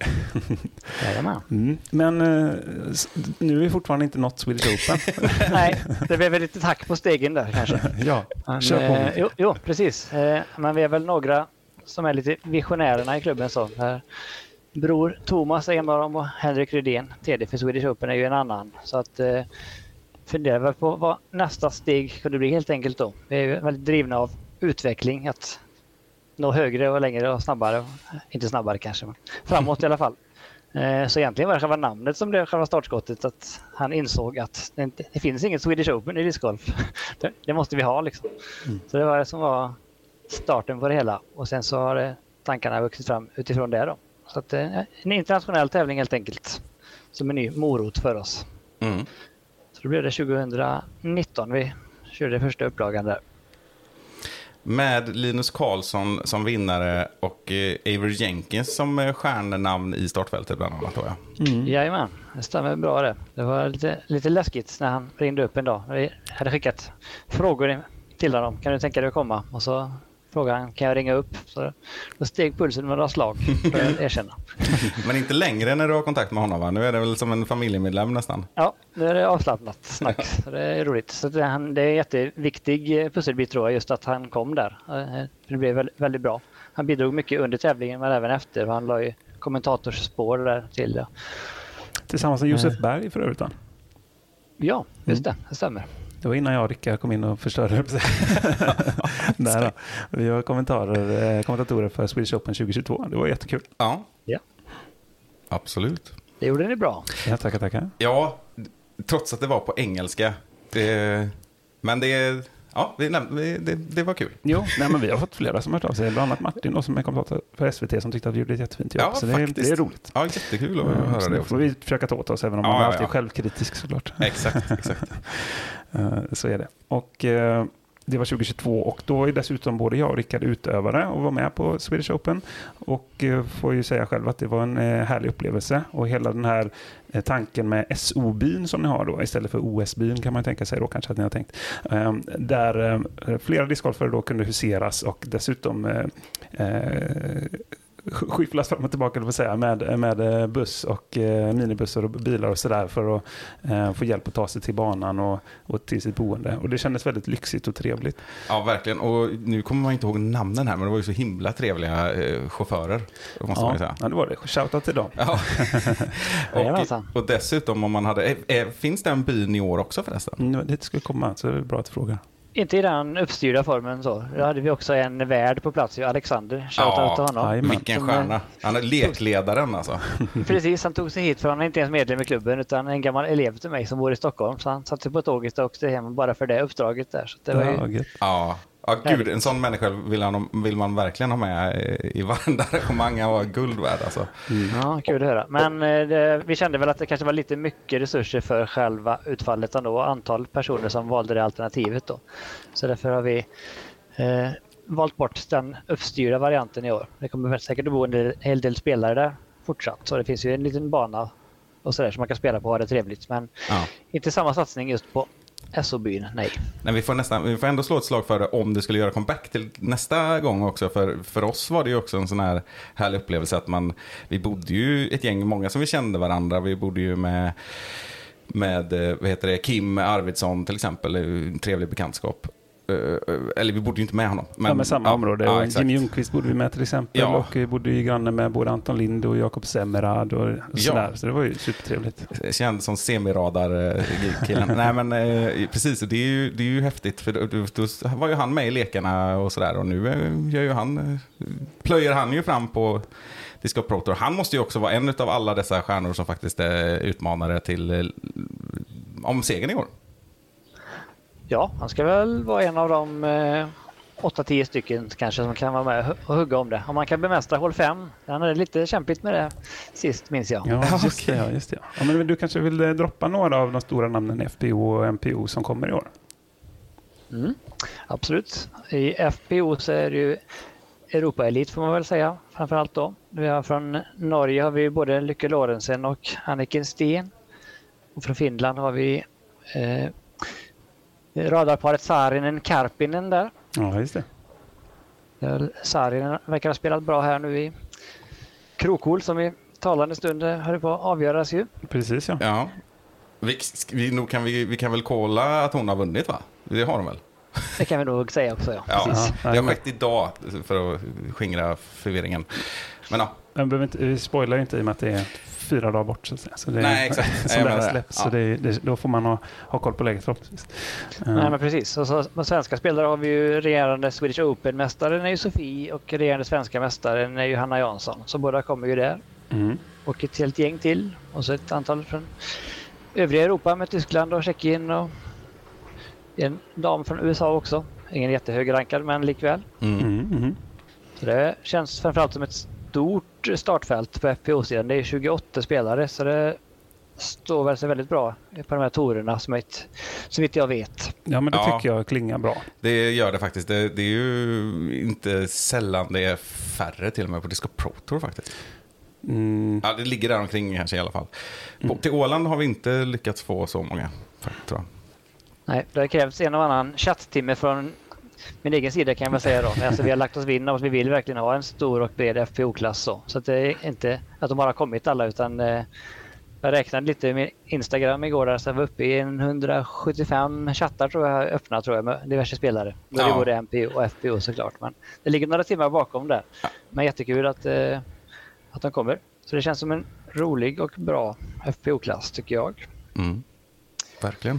Jajamän. Mm. Men eh, s- nu är vi fortfarande inte nått Swedish Open. Nej, det blev väl lite tack på stegen där kanske. ja, Men, kör på. eh, jo, jo, precis. Eh, men vi är väl några som är lite visionärerna i klubben. Så. Här, bror Thomas är en av dem och Henrik Rydén, T D för Swedish Open, är ju en annan. Så att eh, fundera väl på vad nästa steg kunde bli helt enkelt då. Vi är ju väldigt drivna av utveckling, att nå högre och längre och snabbare. Inte snabbare kanske, men framåt i alla fall. Eh, Så egentligen var det själva namnet som blev själva startskottet, att han insåg att det, inte, det finns inget Swedish Open i discgolf. Det, det måste vi ha liksom. Mm. Så det var det som var starten på det hela. Och sen så har det, tankarna vuxit fram utifrån det då. Så att, eh, en internationell tävling helt enkelt. Som en ny morot för oss. Mm. Så då blev det tjugonitton vi körde första upplagan där. Med Linus Karlsson som vinnare och eh, Avery Jenkins som eh, stjärnenamn i startfältet bland annat, tror jag. Mm. Jajamän, det stämmer bra det. Det var lite, lite läskigt när han ringde upp en dag. Vi hade skickat frågor till honom. Kan du tänka dig att komma? Och så frågade han, kan jag ringa upp? Så då steg pulsen med några slag, för att erkänna. Men inte längre när du har kontakt med honom, va? Nu är det väl som en familjemedlem nästan. Ja, nu är det avslappnat snack. Så det är roligt. Så det, han, det är en jätteviktig pusselbit tror jag, just att han kom där. Eh, Det blev väldigt, väldigt bra. Han bidrog mycket under tävlingen men även efter. Han la ju kommentatorsspår där till. Ja, Tillsammans med Josef Berg för övrigt. Va? ja just det. Det stämmer. Det var innan jag och Rickard kom in och förstörde det. Där då. Vi var kommentarer, eh, kommentatorer för Swedish Open tjugohundratjugotvå. Det var jättekul. Ja, Ja, absolut. det gjorde ni bra. Ja, tackar, tackar. Ja, trots att det var på engelska. Det, men det, ja, vi, näm- vi- det, det var kul. Jo, nej, men vi har fått flera som har hört av sig. Bland annat Martin då, som är kommentator för S V T som tyckte att vi gjorde ett jättefint jobb. Ja, så det är, faktiskt. det är roligt. Ja, jättekul att Ja, höra så det nu också. får vi försöka ta åt oss, även om Ja, man ja, alltid är ja. självkritisk såklart. Exakt, exakt. Eh, Så är det. Och eh, det var tjugohundratjugotvå och då är dessutom både jag och Rickard utövare och var med på Swedish Open. Och eh, får ju säga själv att det var en eh, härlig upplevelse. Och hela den här eh, tanken med S O-byn som ni har då istället för O S-byn kan man tänka sig då kanske att ni har tänkt. Eh, där eh, flera discgolfare då kunde huseras och dessutom eh, eh, skyfflas fram och tillbaka får säga, med, med buss och eh, minibussar och bilar och sådär för att eh, få hjälp att ta sig till banan och, och till sitt boende. Och det kändes väldigt lyxigt och trevligt. Ja, verkligen. Och nu kommer man inte ihåg namnen här, men det var ju så himla trevliga eh, chaufförer, måste ja, man ju säga. Ja, det var det. Shoutout till dem. Ja. och, och dessutom om man hade... Är, är, finns det en byn i år också förresten? Mm, det skulle komma, så det är bra att fråga. Inte i den uppstyrda formen så. Då hade vi också en värd på plats, Alexander. Shoutout till honom. Jajamän. Vilken stjärna. Han är lekledaren alltså. Precis, han tog sig hit för han är inte ens medlem i klubben utan en gammal elev till mig som bor i Stockholm. Så han satte på tåget och åkte hem bara för det uppdraget där. Så det var ju... Ja, ja, gud, en sån människa vill, han, vill man verkligen ha med i varenda arrangemang. Han var guld värd alltså. Mm. Ja, kul att höra. Men det, vi kände väl att det kanske var lite mycket resurser för själva utfallet ändå. Och antal personer som valde det alternativet då. Så därför har vi eh, valt bort den uppstyrda varianten i år. Det kommer väl säkert att bo en del, hel del spelare där fortsatt. Så det finns ju en liten bana och sådär som man kan spela på och ha det trevligt. Men ja. Inte samma satsning just på S O-byn, nej. Nej, vi får nästan, vi får ändå slå ett slag för det om det skulle göra comeback till nästa gång också. För, för oss var det ju också en sån här härlig upplevelse att man, vi bodde ju ett gäng, många som vi kände varandra. Vi bodde ju med, med vad heter det, Kim Arvidsson till exempel, en trevlig bekantskap. Eller vi bodde ju inte med honom. Men, ja, med samma ja, område. Ja, Jimmy Ljungqvist bodde vi med till exempel. Ja. Och vi bodde ju granne med både Anton Lind och Jakob Semmerad och, och sådär. Ja. Så det var ju supertrevligt. Jag kände som semiradar-killen. Nej men eh, precis, det är, ju, det är ju häftigt. För då, då var ju han med i lekarna och sådär. Och nu gör ju han, plöjer han ju fram på Disc Golf Pro Tour. Han måste ju också vara en av alla dessa stjärnor som faktiskt är utmanare till om segern i år. Ja, han ska väl vara en av de eh, åtta tio stycken kanske som kan vara med och hugga om det. Om man kan bemästra hål fem. Han hade lite kämpigt med det sist, minns jag. Ja, just det. Ja, just det. Ja, men du kanske vill droppa några av de stora namnen F P O och M P O som kommer i år? Mm, absolut. I F P O så är det ju Europa-elit får man väl säga, framförallt då. Vi har från Norge har vi både Lykke Lorentzen och Anniken Sten. Och från Finland har vi eh, radarparet Saarinen Karpinen där. Ja, just det. Saarinen verkar ha spelat bra här nu i Krokhol som i talande stund höll på att avgöras ju. Precis, ja. Ja. Vi, vi, nog kan vi, vi kan väl kolla att hon har vunnit, va? Det har hon väl? Det kan vi nog säga också, ja. Ja, ja, det har skett idag för att skingra förvirringen. Men ja. Jag behöver inte, vi spoilar inte i och med att det är fyra dagar bort. Så, så det är, Nej, exakt. Som det här släpps, ja. Så det, det, då får man ha, ha koll på läget förhoppningsvis. Nej, men precis. Och så, med svenska spelare har vi ju regerande Swedish Open-mästaren är ju Sofie och regerande svenska mästaren är ju Hanna Jansson. Så båda kommer ju där. Mm. Och ett helt gäng till. Och så ett antal från övriga Europa med Tyskland och Tjeckien och en dam från U S A också. Ingen jättehög rankad, men likväl. Mm. Mm, mm. Så det känns framförallt som ett stort startfält på F P O-sidan. Det är tjugoåtta spelare, så det står väl sig väldigt bra på de här torerna som, ett, som vitt jag vet. Ja, men det ja, tycker jag klingar bra. Det gör det faktiskt. Det, det är ju inte sällan det är färre till och med på Disc Golf Pro Tour faktiskt. Mm. Ja, det ligger där omkring kanske i alla fall. På, Mm. till Åland har vi inte lyckats få så många, tror jag. Nej, det krävs en och annan chatttimme från min egen sida kan jag väl säga då. Alltså, vi har lagt oss vinna och vi vill verkligen ha en stor och bred F P O-klass. Så, så att det är inte att de bara har kommit alla utan eh, jag räknade lite med Instagram igår där så jag var uppe i en hundrasjuttiofem chattar tror jag öppna tror jag med diverse spelare. Då är det Ja. både M P O och F P O såklart. Men det ligger några timmar bakom där. Men jättekul att, eh, att de kommer. Så det känns som en rolig och bra F P O-klass tycker jag. Mm. Verkligen.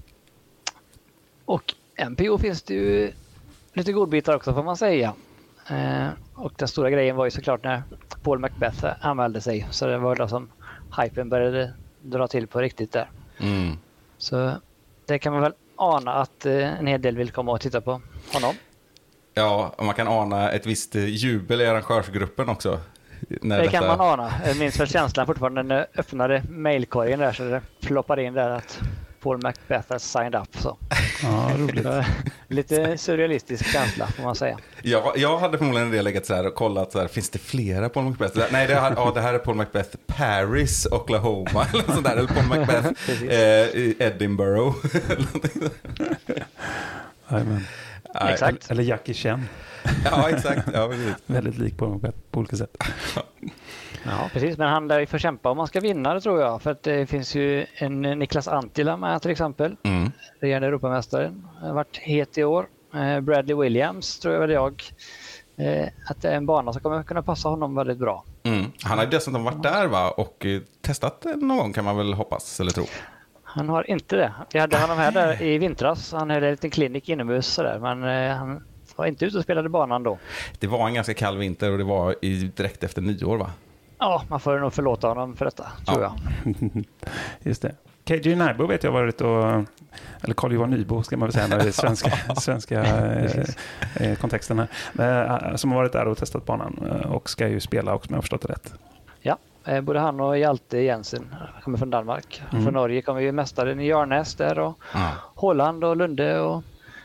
Och M P O finns det ju lite godbitar också får man säga. Eh, och den stora grejen var ju såklart när Paul Macbeth anmälde sig. Så det var då som hypen började dra till på riktigt där. Mm. Så det kan man väl ana att eh, en hel del vill komma och titta på honom. Ja, och man kan ana ett visst eh, jubel i arrangörsgruppen också. När Det detta... kan man ana. Jag minns väl känslan fortfarande när jag öppnade mailkorgen där så det ploppade in där att Paul Macbeth har signed up. Så. Ja, roligt. Lite surrealistisk känsla får man säga. Ja, jag hade förmodligen det legat så här och kollat så här, finns det flera Paul Macbeth? Nej, det, här, ja, det här är Paul Macbeth Paris, Oklahoma eller sånt där, eller Paul Macbeth eh, i Edinburgh. Amen. Nej, Exakt. Eller Jackie Chan. Ja, exakt. Ja, precis. Väldigt lik på, på olika sätt. Ja, precis. Men han lär ju få kämpa om man ska vinna det, tror jag. För att det finns ju en Niklas Antila med till exempel. Mm. Regerande Europamästaren. Har varit het i år. Eh, Bradley Williams tror jag väl jag. Eh, att det är en bana som kommer kunna passa honom väldigt bra. Mm. Han har ju dessutom varit där va? Och eh, testat någon gång kan man väl hoppas eller tro. Han har inte det. Vi hade honom här där i vintras. Han hade en liten klinik inomhus sådär. Men eh, han var inte ute och spelade banan då. Det var en ganska kall vinter och det var i, direkt efter nyår va? Ja, man får nog förlåta honom för detta, tror Ja. jag. Just det. K J Nybo vet jag varit och, eller Carl-Johan Nybo ska man väl säga när det är svenska, svenska eh, kontexten här, eh, som har varit där och testat banan eh, och ska ju spela också, om jag har förstått det rätt. Ja, eh, både han och Hjalte Jensen kommer från Danmark. Mm. Från Norge kommer ju mästaren i Jarnäs där och Ja. Holland och Lunde och,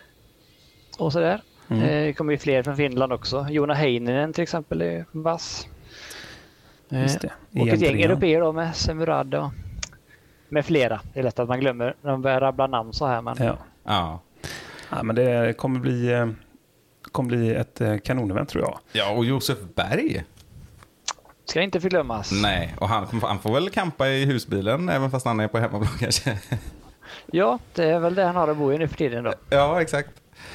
och sådär. Mm. Eh, det kommer ju fler från Finland också. Jona Heininen till exempel är vass. Eh, Just det. och ett gäng E M tre. europeer då med Semurad och med flera. Det är lätt att man glömmer när de börjar rabbla namn så här. Men... Ja. Ja. Ja, men det kommer bli, eh, kommer bli ett eh, kanonevent tror jag. Ja, och Josef Berg. Ska inte förglömmas. Nej, och han, han får väl kampa i husbilen även fast han är på hemmaplan kanske. Ja, det är väl det han har att bo i nu för tiden då. Ja, exakt.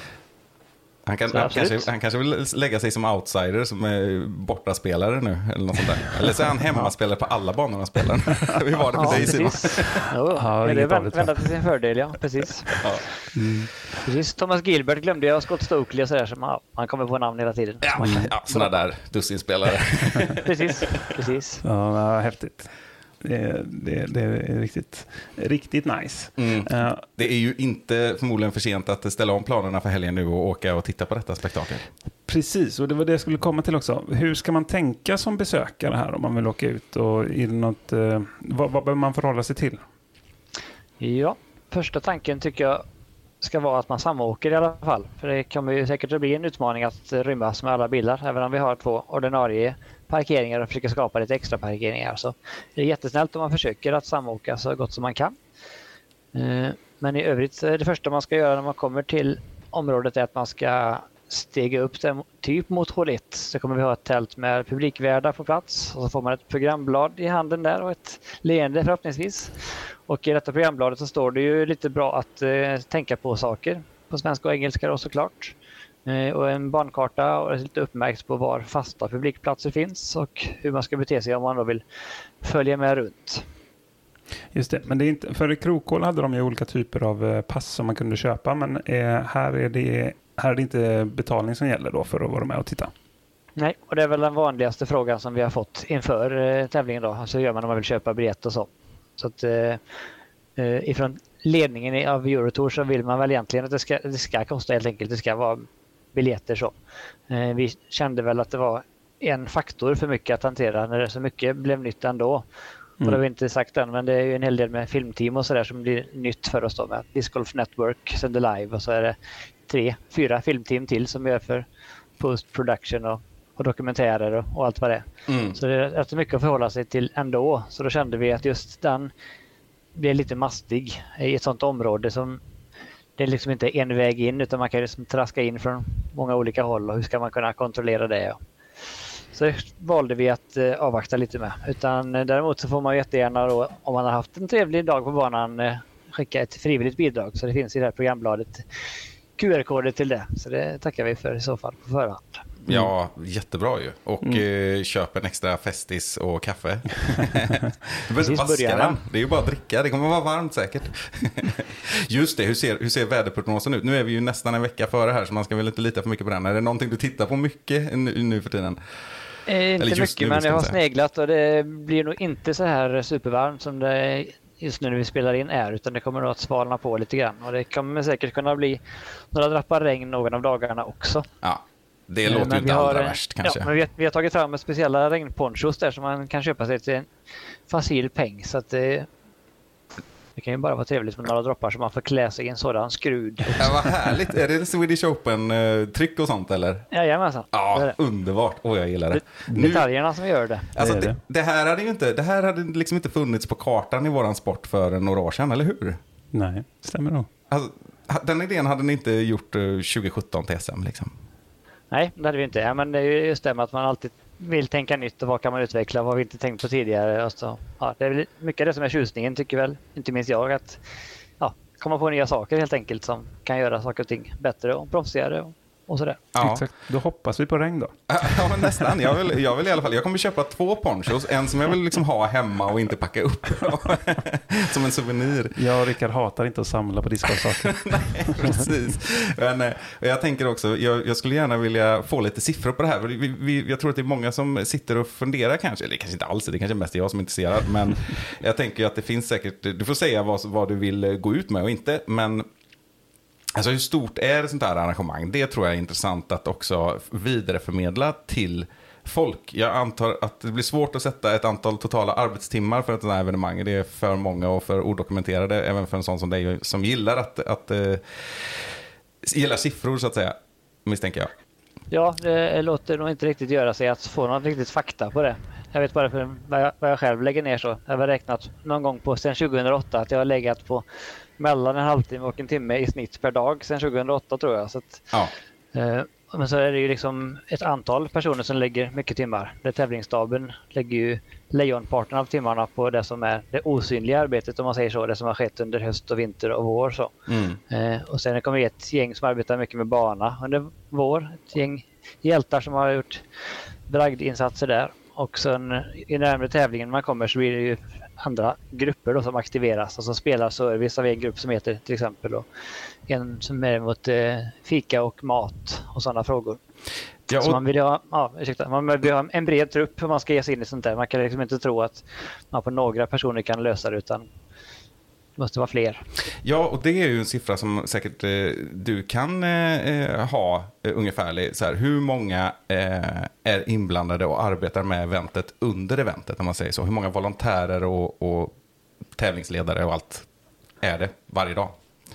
Han, kan, Så han, absolut. kanske, han kanske vill lägga sig som outsider som är bortaspelare nu eller något sånt där. Eller så är han hemmaspelare på alla banor han spelar. Vi var det för Ja, dig Simon. precis. Jo, Ja, ja, det är inget vänd, dåligt, vända till sin fördel, ja. Precis. Ja. precis. Thomas Gilbert glömde jag, Scott Stokely och sådär. Som, ja, han kommer på namn hela tiden. Ja, ja, sådana där dussinspelare. Precis, precis. Ja, ja, häftigt. Det, det, det är riktigt, riktigt nice. Mm. Eh, Det är ju inte förmodligen för sent att ställa om planerna för helgen nu och åka och titta på detta spektakel. Precis, och det var det jag skulle komma till också. Hur ska man tänka som besökare här om man vill åka ut? Och i något, eh, vad, vad behöver man förhålla sig till? Ja, första tanken tycker jag ska vara att man samåker i alla fall. För det kommer ju säkert att bli en utmaning att rymmas med alla bilar. Även om vi har två ordinarie parkeringar och försöker skapa lite extra parkeringar. Så det är jättesnällt om man försöker att samåka så gott som man kan. Eh, Men i övrigt så är det första man ska göra när man kommer till området är att man ska stega upp det typ mot hål ett. Så kommer vi ha ett tält med publikvärdar på plats. Och så får man ett programblad i handen där och ett leende förhoppningsvis. Och i detta programbladet så står det ju lite bra att eh, tänka på saker. På svenska och engelska då såklart. Eh, och en bankarta och lite uppmärkt på var fasta publikplatser finns. Och hur man ska bete sig om man då vill följa med runt. Just det, men det är inte, för i Krokhål hade de ju olika typer av eh, pass som man kunde köpa. Men eh, här, är det, här är det inte betalning som gäller då för att vara med och titta. Nej, och det är väl den vanligaste frågan som vi har fått inför eh, tävlingen då. Alltså gör man om man vill köpa biljett och så. Så att eh, eh, ifrån ledningen av Eurotour så vill man väl egentligen att det ska, det ska kosta helt enkelt. Det ska vara biljetter så. Eh, vi kände väl att det var en faktor för mycket att hantera när det så mycket blev nytt ändå. Mm. Och det har vi inte sagt än, men det är ju en hel del med filmteam och sådär som blir nytt för oss då med Disc Golf Network, sänder live och så är det tre, fyra filmteam till som gör för post-production och, och dokumentärer och, och allt vad det är. Mm. Så det är rätt mycket att förhålla sig till ändå. Så då kände vi att just den blir lite mastig i ett sånt område som det är liksom inte en väg in utan man kan liksom traska in från många olika håll och hur ska man kunna kontrollera det? Så valde vi att eh, avvakta lite med. Utan eh, däremot så får man jättegärna då, om man har haft en trevlig dag på banan eh, skicka ett frivilligt bidrag. Så det finns i det här programbladet Q R-koder till det. Så det tackar vi för i så fall på förhand. Mm. Ja, jättebra ju. Och mm. eh, köp en extra festis och kaffe. Precis, början. Det är ju bara att dricka, det kommer vara varmt säkert. Just det, hur ser, hur ser väderprognosen ut? Nu är vi ju nästan en vecka före här så man ska väl inte lita för mycket på den. Är det någonting du tittar på mycket nu, nu för tiden? Eh, inte mycket, nu, men jag har sneglat och det blir nog inte så här supervarmt som det just nu när vi spelar in är, utan det kommer nog att svalna på lite grann. Och det kommer säkert kunna bli några drappar regn någon av dagarna också. Ja, det låter ju inte allra värst kanske. Ja, men vi har, vi har tagit fram speciella regnponchos där som man kan köpa sig till en facil peng. Så att det, det kan ju bara vara trevligt med några droppar så man får klä sig i en sådan skrud. Ja, vad härligt. Är det Swedish Open-tryck och sånt eller? Jajamensan. Ja, det underbart. Åh, oh, jag gillar det. det detaljerna nu, som gör det. Alltså, det, det, här hade ju inte, det här hade liksom inte funnits på kartan i våran sport för några år sedan, eller hur? Nej, stämmer nog. Alltså, Den idén hade ni inte gjort tjugo sjutton till S M liksom? Nej, det hade vi inte. Ja, men det är ju just det med att man alltid vill tänka nytt och vad kan man utveckla, vad har vi inte tänkt på tidigare. Och så, ja, det är mycket det som är tjusningen tycker väl, inte minst jag, att ja, komma på nya saker helt enkelt som kan göra saker och ting bättre och proffsigare och, och sådär. Ja. Exakt. Då hoppas vi på regn då. Ja, men nästan. Jag vill, jag vill i alla fall, jag kommer köpa två ponchos, en som jag vill liksom ha hemma och inte packa upp som en souvenir. Jag och Rickard hatar inte att samla på discgolfsaker. Nej, precis. Men jag tänker också, jag, jag skulle gärna vilja få lite siffror på det här. Vi, vi, jag tror att det är många som sitter och funderar kanske, eller kanske inte alls, det är kanske mest jag som är intresserad, men jag tänker att det finns säkert, du får säga vad, vad du vill gå ut med och inte, men alltså hur stort är ett sånt här arrangemang? Det tror jag är intressant att också vidareförmedla till folk. Jag antar att det blir svårt att sätta ett antal totala arbetstimmar för ett sånt här evenemang. Det är för många och för odokumenterade, även för en sån som dig som gillar att, att uh, gillar siffror så att säga, misstänker jag. Ja, det låter nog inte riktigt göra sig att få någon riktigt fakta på det. Jag vet bara för vad jag, vad jag själv lägger ner så. Jag har räknat någon gång på sedan tjugohundraåtta att jag har legat på mellan en halvtimme och en timme i snitt per dag sedan tjugohundraåtta tror jag. Så att, ja. eh, men så är det ju liksom ett antal personer som lägger mycket timmar. Där tävlingsstaben lägger ju lejonparten av timmarna på det som är det osynliga arbetet, om man säger så. Det som har skett under höst och vinter och vår. Så. Mm. Eh, och sen kommer det ett gäng som arbetar mycket med bana under vår. Ett gäng hjältar som har gjort bragdinsatser där. Och sen i närmare tävlingen man kommer så blir det ju andra grupper då som aktiveras och som spelar service av en grupp som heter till exempel och en som är mot eh, fika och mat och sådana frågor. Ja, och... Så man vill ha, ja, ursäkta, man vill ha en bred trupp hur man ska ge sig in i sånt där. Man kan liksom inte tro att man på några personer kan lösa det, utan det måste vara fler. Ja, och det är ju en siffra som säkert eh, du kan eh, ha eh, ungefärligt. Så här, hur många eh, är inblandade och arbetar med eventet under eventet, om man säger så? Hur många volontärer och, och tävlingsledare och allt är det varje dag?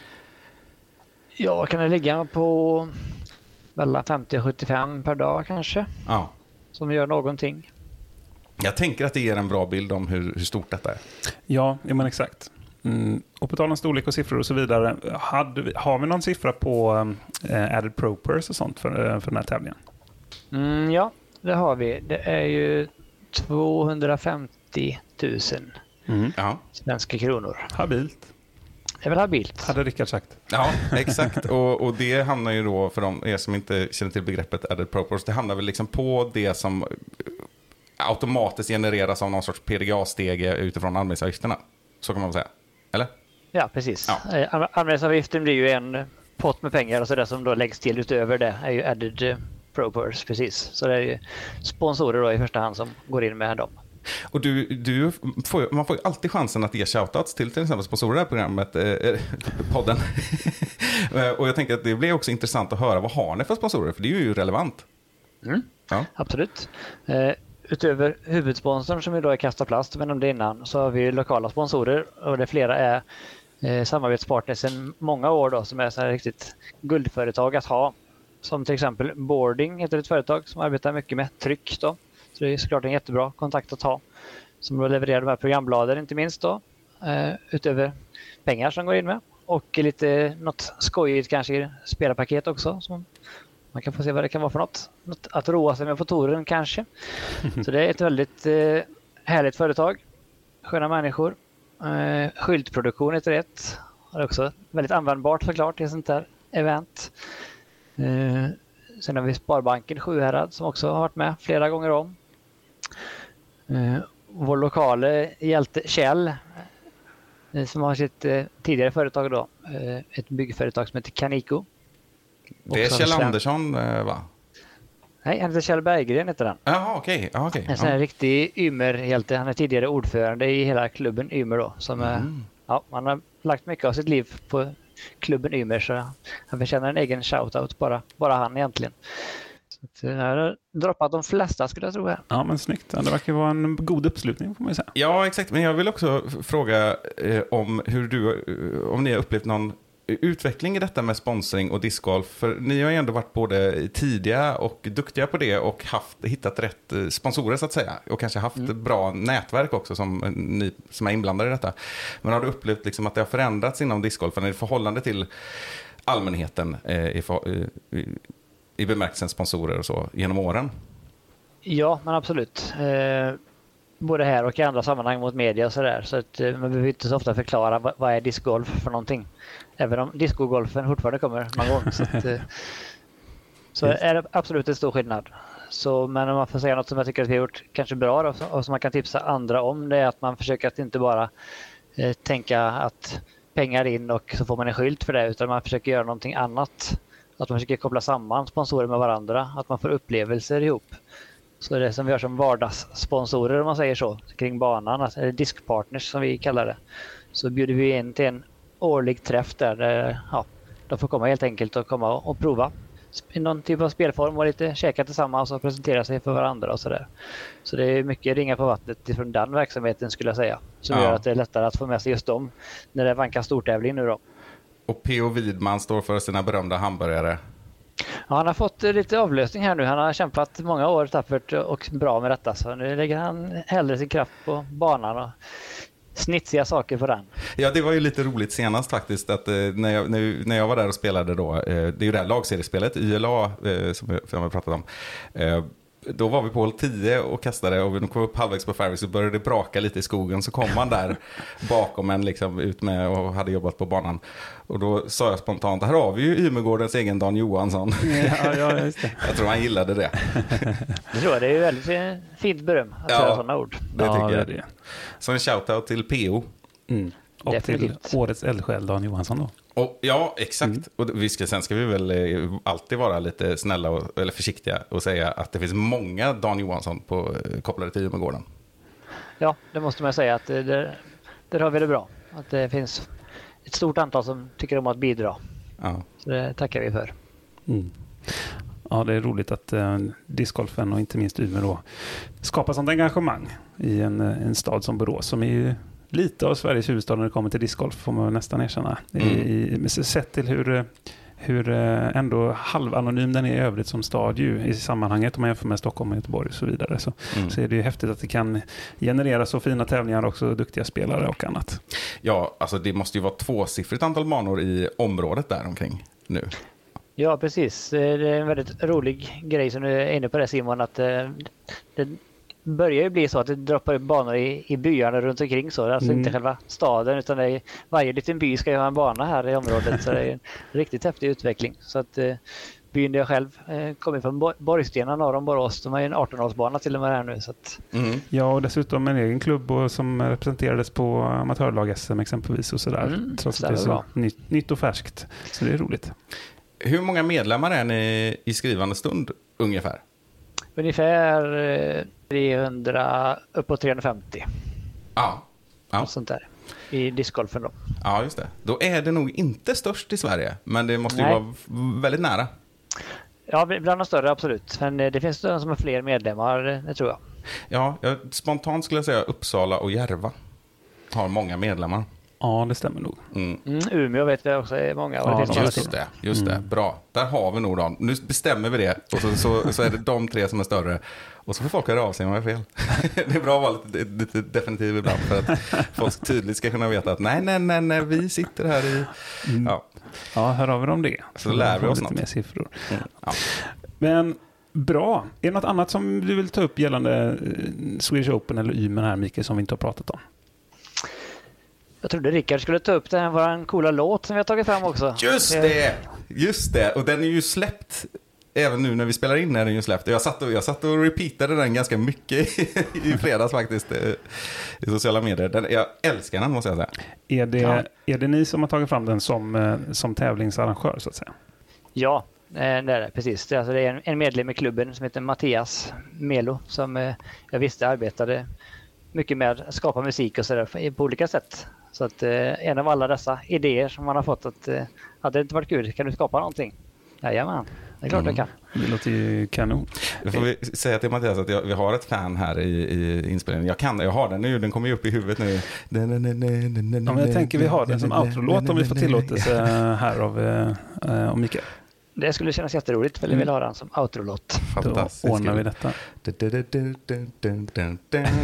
Ja, kan det ligga på mellan femtio och sjuttiofem per dag kanske? Ja. Som gör någonting. Jag tänker att det ger en bra bild om hur, hur stort detta är. Ja, ja men exakt. Mm. Och på tal om storlek och siffror och så vidare, hade vi, har vi någon siffra på eh, added pro purse och sånt för, för den här tävlingen? Mm, ja, det har vi. Det är ju tvåhundrafemtio tusen mm. svenska kronor. Habilt. Det är väl habilt. Hade Rickard sagt. Ja, exakt. och, och det hamnar ju då, för de er som inte känner till begreppet added pro purse, det hamnar väl liksom på det som automatiskt genereras av någon sorts P D G A-stege utifrån anmälningsavgifterna. Så kan man väl säga. Eller? Ja, precis. Ja. Anmälningsavgiften blir ju en pott med pengar och så det som då läggs till utöver det är ju added pro purse, precis. Så det är ju sponsorer då i första hand som går in med dem. Och du, du får, man får ju alltid chansen att ge shoutouts till till exempel sponsorer i det här programmet, eh, podden. Och jag tänker att det blir också intressant att höra, vad har ni för sponsorer? För det är ju relevant. Mm. Ja. Absolut. Eh, utöver huvudsponsorn som idag är Kasta Plast, men om det innan, så har vi lokala sponsorer och det flera är eh, samarbetspartners sedan många år då, som är så här riktigt guldföretag att ha. Som till exempel Boarding heter ett företag som arbetar mycket med tryck då. Så det är såklart en jättebra kontakt att ha. Som då levererar de här programbladen inte minst då. Eh, utöver pengar som går in med. Och lite något skojigt kanske spelarpaket också. Som man kan få se vad det kan vara för något. Något att roa sig med på touren kanske. Så det är ett väldigt eh, härligt företag. Sköna människor. Eh, skyltproduktion heter ett. Och det är också väldigt användbart såklart i ett sånt här event. Eh, sen har vi Sparbanken Sjuhärad som också har varit med flera gånger om. Eh, vår lokala hjälte Kjell eh, som har sitt eh, tidigare företag då, eh, ett byggföretag som heter Kaniko. Det är Kjell släm... Andersson eh, va? Nej, han heter Kjell Berggren heter han. Jaha, okej. Okay. Okay. En sån här ja. riktig Ymer-hjälte. Han är tidigare ordförande i hela klubben Ymer då. Som, mm. eh, ja, man har lagt mycket av sitt liv på klubben Ymer, så han förtjänar en egen shoutout, bara, bara han egentligen. Så jag har droppat de flesta skulle jag tro här. Ja, men snyggt. Det verkar vara en god uppslutning får man säga. Ja, exakt. Men jag vill också fråga eh, om hur du, om ni har upplevt någon utveckling i detta med sponsring och discgolf. För ni har ju ändå varit både tidiga och duktiga på det och haft, hittat rätt sponsorer så att säga. Och kanske haft mm. bra nätverk också som ni som är inblandade i detta. Men har du upplevt liksom att det har förändrats inom discgolfen i förhållande till allmänheten eh, i, i, i bemärkelsen sponsorer och så genom åren? Ja, men absolut. Eh, både här och i andra sammanhang mot media och sådär. Så att eh, man behöver inte så ofta förklara vad, vad är discgolf för någonting. Även om discogolfen fortfarande kommer någon gång. Så, att, eh, så är det absolut en stor skillnad. Så, men om man får säga något som jag tycker att vi har gjort kanske bra då, och som man kan tipsa andra om, det är att man försöker att inte bara eh, tänka att pengar in och så får man en skylt för det, utan man försöker göra någonting annat. Att man försöker koppla samman sponsorer med varandra, att man får upplevelser ihop. Så det som vi har som vardagssponsorer, om man säger så, kring banan, eller diskpartners som vi kallar det, så bjuder vi in till en årlig träff där, där ja, de får komma helt enkelt och komma och, och prova i någon typ av spelform och lite käka tillsammans och presentera sig för varandra och sådär. Så det är mycket ringa på vattnet ifrån den verksamheten, skulle jag säga, som ja. gör att det är lättare att få med sig just dem när det vankar stortävling nu då. Och P O Widman står för sina berömda hamburgare. Ja, han har fått lite avlösning här nu. Han har kämpat många år tappert och bra med detta. Så nu lägger han hellre sin kraft på banan och snitsiga saker på den. Ja, det var ju lite roligt senast faktiskt. Att, eh, när, jag, när, när jag var där och spelade då. Eh, det är ju det här lagseriespelet, I L A, eh, som jag har pratat om. Eh, Då var vi på hål tio och kastade, och vi kom upp halvvägs på fairway, så började det braka lite i skogen. Så kom man där bakom en liksom ut med och hade jobbat på banan. Och då sa jag spontant, här har vi ju Ymegårdens egen Dan Johansson. Ja, ja, just det. Jag tror han gillade det. Jag tror det är väldigt fint beröm att ja, säga sådana ord. Det ja, tycker det jag. är det. Så en shoutout till P O. Mm. Och Definitivt. till årets eldsjäl Dan Johansson då. Och, ja, exakt. Mm. Och vi ska, sen ska vi väl eh, alltid vara lite snälla och, eller försiktiga och säga att det finns många Dan Johansson på, eh, kopplade till Ymegården. Ja, det måste man säga att det, det, där har vi det bra. Att det finns ett stort antal som tycker om att bidra. Ja. Så det tackar vi för. Mm. Ja, det är roligt att eh, discgolfen och inte minst Umeå då skapar sånt engagemang i en, en stad som Borås, som är ju lite av Sveriges huvudstad när det kommer till discgolf, får man nästan erkänna. Mm. I, i, sett till hur, hur ändå halvanonym den är i övrigt som stad ju, i sammanhanget om man jämför med Stockholm och Göteborg och så vidare. Så, mm. så är det ju häftigt att det kan generera så fina tävlingar och också duktiga spelare och annat. Ja, alltså det måste ju vara tvåsiffrigt antal banor i området där omkring nu. Ja, precis. Det är en väldigt rolig grej som du är inne på det, Simon, att det, det börjar ju bli så att det droppar upp banor i, i byarna runt omkring så. Alltså mm. inte själva staden, utan det är, varje liten by ska ju ha en bana här i området, så det är en riktigt häftig utveckling. Så att eh, byn där jag själv eh, kommer från Bo- Borgstena norr om Borås, de har ju en arton-hålsbana till och med här nu. Så att... mm. Ja, och dessutom en egen klubb och, som representerades på amatörlag-S M exempelvis och sådär. Mm, trots att det är så nytt, nytt och färskt. Så det är roligt. Hur många medlemmar är ni i skrivande stund ungefär? Ungefär eh, trehundra, uppåt trehundrafemtio. Ja. Ja. Sånt där. I discgolfen då. Ja, just det. Då är det nog inte störst i Sverige, men det måste ju Nej. vara väldigt nära. Ja, bland de större absolut. Men eh, det finns de som har fler medlemmar, det tror jag. Ja, jag, spontant skulle jag säga Uppsala och Järva har många medlemmar. Ja, det stämmer nog. Mm. Mm, Umeå vet vi också är många. Och Ja, det finns Just det, just Mm. det. Bra. Där har vi nog dem. Nu bestämmer vi det. Och så, så, så är det de tre som är större. Och så får folk höra av sig om jag har fel. Det är bra att vara lite, lite definitiv ibland. För att folk tydligt ska kunna veta att nej, nej, nej, nej vi sitter här i... Mm. Ja. Ja, hör av er om det. Så lär vi oss lite något. mer siffror. Mm. Ja. Men bra. Är det något annat som du vill ta upp gällande eh, Swedish Open eller Ymen här, Mikael, som vi inte har pratat om? Jag trodde Rickard skulle ta upp den, våran coola låt som vi har tagit fram också. Just det! Just det. Och den är ju släppt. Även nu när vi spelar in är den ju släppt. Jag satt och, jag satt och repeatade den ganska mycket i, i fredags faktiskt i sociala medier. Den, jag älskar den, måste jag säga. Är det, Ja. är det ni som har tagit fram den som, eh, som tävlingsarrangör så att säga? Ja, eh, det är det, precis. Det är, alltså, det är en, en medlem i klubben som heter Mattias Melo som eh, jag visste arbetade mycket med att skapa musik och sådär på olika sätt. Så att eh, en av alla dessa idéer som man har fått att eh, hade det inte varit kul, kan du skapa någonting? Jajamän, det är klart Mm. jag kan. Det låter ju kanon. Då får vi säga till Mattias att jag, vi har ett fan här i, i inspelningen. Jag kan jag har den nu, den kommer ju upp i huvudet nu. Ja, men jag tänker vi har den som outro-låt om vi får tillåtelse här av, eh, av Mikael. Det skulle kännas jätteroligt, för jag vill ha den som outro-låt. Då Fantastiskt. ordnar vi detta.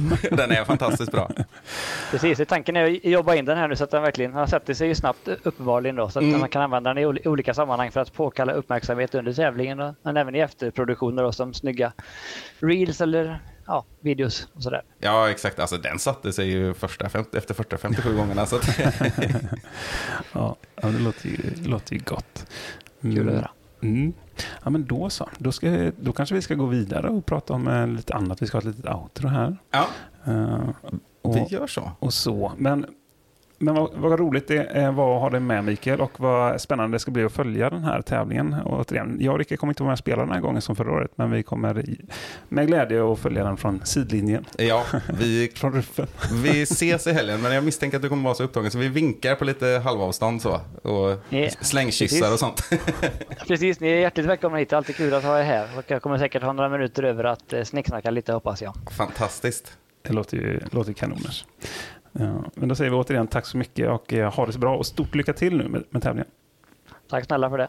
Mm. Den är fantastiskt bra. Precis, tanken är att jobba in den här nu så att den verkligen har sett sig ju snabbt uppenbarligen då, så att Mm. man kan använda den i ol- olika sammanhang för att påkalla uppmärksamhet under tävlingen då, men även i efterproduktioner då, som snygga reels eller ja, videos och sådär. Ja, exakt. Alltså den satte sig ju första femtio, efter första femtiosju gångerna. Så att... Ja, ja, det låter ju, det låter ju gott. Mm. Kul att höra. Mm. Ja, men då så. Då, ska, då kanske vi ska gå vidare och prata om eh, lite annat. Vi ska ha ett litet outro här. Ja, Eh, och, vi gör så. och så. Men, men vad, vad roligt det är, vad har det med Mikael, och vad spännande det ska bli att följa den här tävlingen. Och återigen, jag och Rickard kommer inte vara med och spela den här gången som förra året, men vi kommer i, med glädje att följa den från sidlinjen. Ja, vi, Från ruffen. vi ses i helgen, men jag misstänker att du kommer vara så upptagen så vi vinkar på lite halvavstånd så. Och Ja, slängkyssar precis. och sånt. Precis, ni är hjärtligt välkomna hit. Alltid kul att ha er här. Och jag kommer säkert ha några minuter över att eh, snicksnacka lite, hoppas jag. Fantastiskt. Det låter ju låter kanoners. Ja, men då säger vi återigen tack så mycket och eh, ha det så bra och stort lycka till nu med, med tävlingen. Tack snälla för det.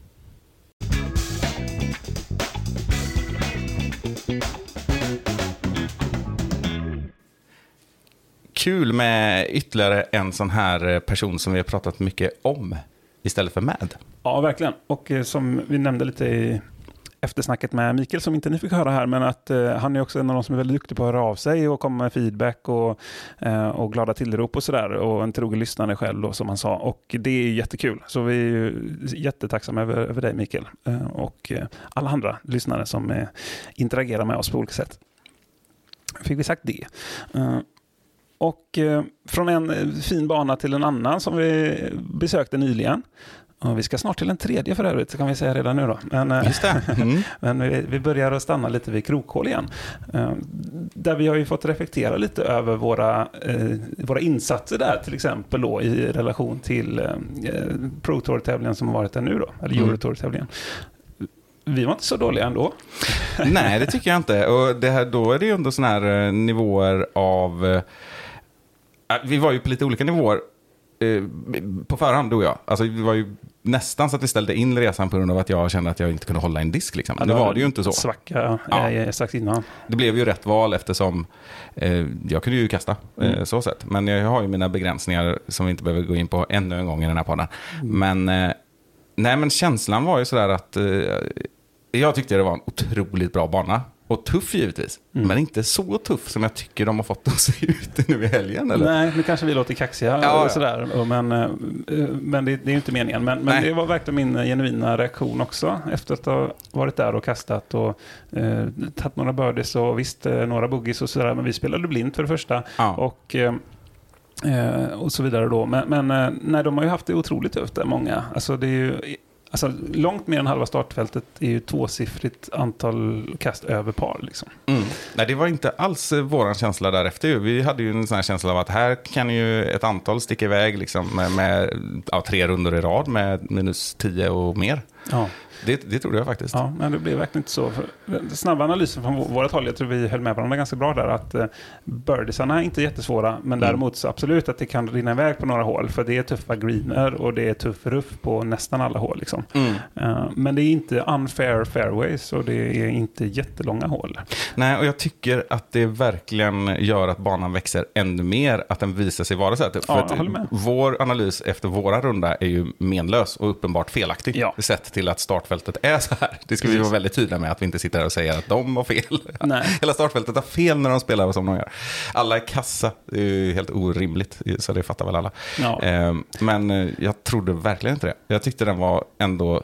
Kul med ytterligare en sån här person som vi har pratat mycket om istället för med. Ja, verkligen. Och eh, som vi nämnde lite i eftersnacket med Mikael, som inte ni fick höra här, men att eh, han är också en av de som är väldigt duktig på att höra av sig och komma med feedback och, eh, och glada tillrop och sådär, och en trogen lyssnare själv då, som han sa, och det är jättekul, så vi är ju jättetacksamma över, över dig Mikael, eh, och eh, alla andra lyssnare som eh, interagerar med oss på olika sätt. Fick vi sagt det. Eh, och eh, från en eh, fin bana till en annan som vi besökte nyligen. Och vi ska snart till en tredje för övrigt, så kan vi säga redan nu då. Men, eh, Just det. Mm. men vi, vi börjar att stanna lite vid Krokhål igen. Eh, där vi har ju fått reflektera lite över våra, eh, våra insatser där, till exempel då, i relation till eh, Pro Tour-tävlingen som har varit där nu då, eller Mm. Euro Tour-tävlingen. Vi var inte så dåliga ändå. Nej, det tycker jag inte. Och det här, då är det ju ändå såna här eh, nivåer av... Eh, vi var ju på lite olika nivåer eh, på förhand, du och jag. Alltså, det var ju nästan så att vi ställde in resan på grund av att jag kände att jag inte kunde hålla en disk. Liksom. Ja, nu var det ju inte så. Svacka Ja. eh, strax innan. Det blev ju rätt val eftersom eh, jag kunde ju kasta eh, Mm. så sett. Men jag har ju mina begränsningar som vi inte behöver gå in på ännu en gång i den här podden. Mm. Men, eh, nej, men känslan var ju sådär att eh, jag tyckte det var en otroligt bra bana. Och tuff givetvis. Mm. Men inte så tuff som jag tycker de har fått att se ut nu i helgen. Eller? Nej, nu kanske vi låter kaxiga Ja, och ja. sådär. Och Men, eh, men det, det är ju inte meningen. Men, men Nej. det var verkligen min genuina reaktion också. Efter att ha varit där och kastat och eh, tagit några birdies och visst eh, några boogies och sådär. Men vi spelade blint för det första. Ja. Och... Eh, eh, och så vidare då. Men, men eh, nej, de har ju haft det otroligt tufft där, många. Alltså det är ju... Alltså, långt mer än halva startfältet är ju tvåsiffrigt antal kast över par. Liksom. Mm. Nej, det var inte alls eh, våran känsla därefter. ju. Vi hade ju en sån här känsla av att här kan ju ett antal sticka iväg liksom, med, med ja, tre rundor i rad med minus tio och mer. Ja. Det, det trodde jag faktiskt. Ja, men det blev verkligen inte så. För den snabba analysen från vå- vårt håll, jag tror vi höll med varandra ganska bra där, att eh, birdiesarna är inte jättesvåra, men Mm. däremot så absolut att det kan rinna iväg på några hål, för det är tuffa greener och det är tuff ruff på nästan alla hål. Liksom. Mm. Eh, men det är inte unfair fairways och det är inte jättelånga hål. Nej, och jag tycker att det verkligen gör att banan växer ännu mer, att den visar sig vara så här. För Ja, att jag håller med. vår analys efter våra runda är ju menlös och uppenbart felaktig. Ja. Sett till att startfältet är så här. Det ska vi Precis. vara väldigt tydliga med, att vi inte sitter här och säger att de har fel. Nej. Hela startfältet har fel när de spelar som de gör. Alla är kassa, det är ju helt orimligt, så det fattar väl alla. Ja. Eh, Men eh, jag trodde verkligen inte det. Jag tyckte den var ändå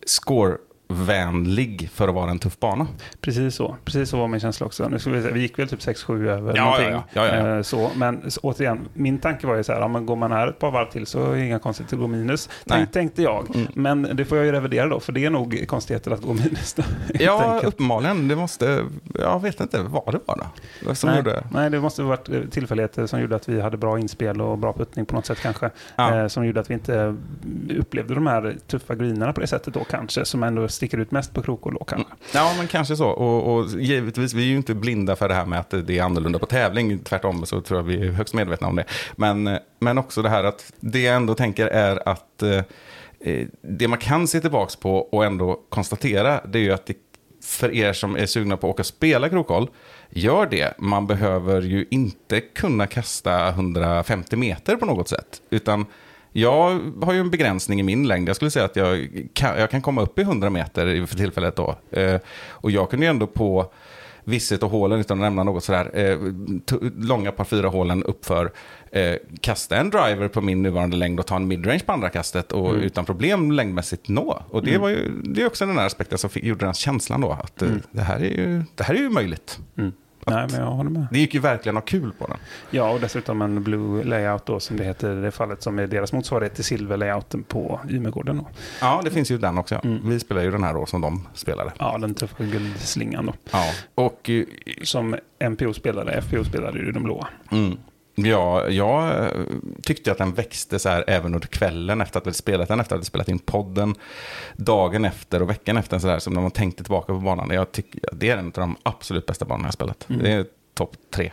score-vänlig för att vara en tuff bana. Precis så. Precis så var min känsla också. Nu ska vi, säga, vi gick väl typ sex sju över Ja, någonting. ja, ja. Ja, ja, ja. Eh, Så, men så, återigen, min tanke var ju så här, ja, men går man här ett par varv till så är det inga konstigt att gå minus. Nej. Tänk, tänkte jag. Mm. Men det får jag ju revidera då, för det är nog konstigheter att gå minus då. helt Ja, enkelt. uppenbarligen. Det måste, jag vet inte, vad det var då? Som Nej, gjorde... nej, det måste ha varit eh, tillfälligheter som gjorde att vi hade bra inspel och bra puttning på något sätt kanske. Ja. Eh, som gjorde att vi inte upplevde de här tuffa greenerna på det sättet då kanske, som ändå sticker ut mest på Krokhål då kanske. Ja, men kanske så. Och, och givetvis, vi är ju inte blinda för det här med att det är annorlunda på tävling. Tvärtom så tror jag vi är högst medvetna om det. Men, men också det här att det jag ändå tänker är att eh, det man kan se tillbaka på och ändå konstatera, det är ju att det för er som är sugna på att åka och spela krokhåll, gör det. Man behöver ju inte kunna kasta hundrafemtio meter på något sätt. Utan jag har ju en begränsning i min längd. Jag skulle säga att jag kan, jag kan komma upp i hundra meter för tillfället då. Eh, och jag kunde ju ändå på visset och hålen, utan att nämna något sådär, eh, t- långa par fyra hålen uppför, eh, kasta en driver på min nuvarande längd och ta en midrange på andra kastet och mm. utan problem längdmässigt nå. Och det, mm. var ju, det är också den här aspekten som fick, gjorde den känslan då, att mm. det, här är ju, det här är ju möjligt. Mm. Nej, men jag håller med. Det gick ju verkligen att ha kul på den. Ja, och dessutom en blue layout då, som det heter i det fallet, som är deras motsvarighet till silver layouten på Ymegården. Ja, det finns ju den också. Mm. Vi spelar ju den här då som de spelade. Ja, den tuffa guldslingan då. Ja, och som M P O-spelare, F P O-spelare är de blåa. Mm. Ja, jag tyckte att den växte så här även under kvällen efter att vi spelat den, efter att vi spelat in podden, dagen efter och veckan efter, så där, som när man tänkte tillbaka på banan. Jag tycker det är en av de absolut bästa banorna jag spelat. Mm. Det är topp tre.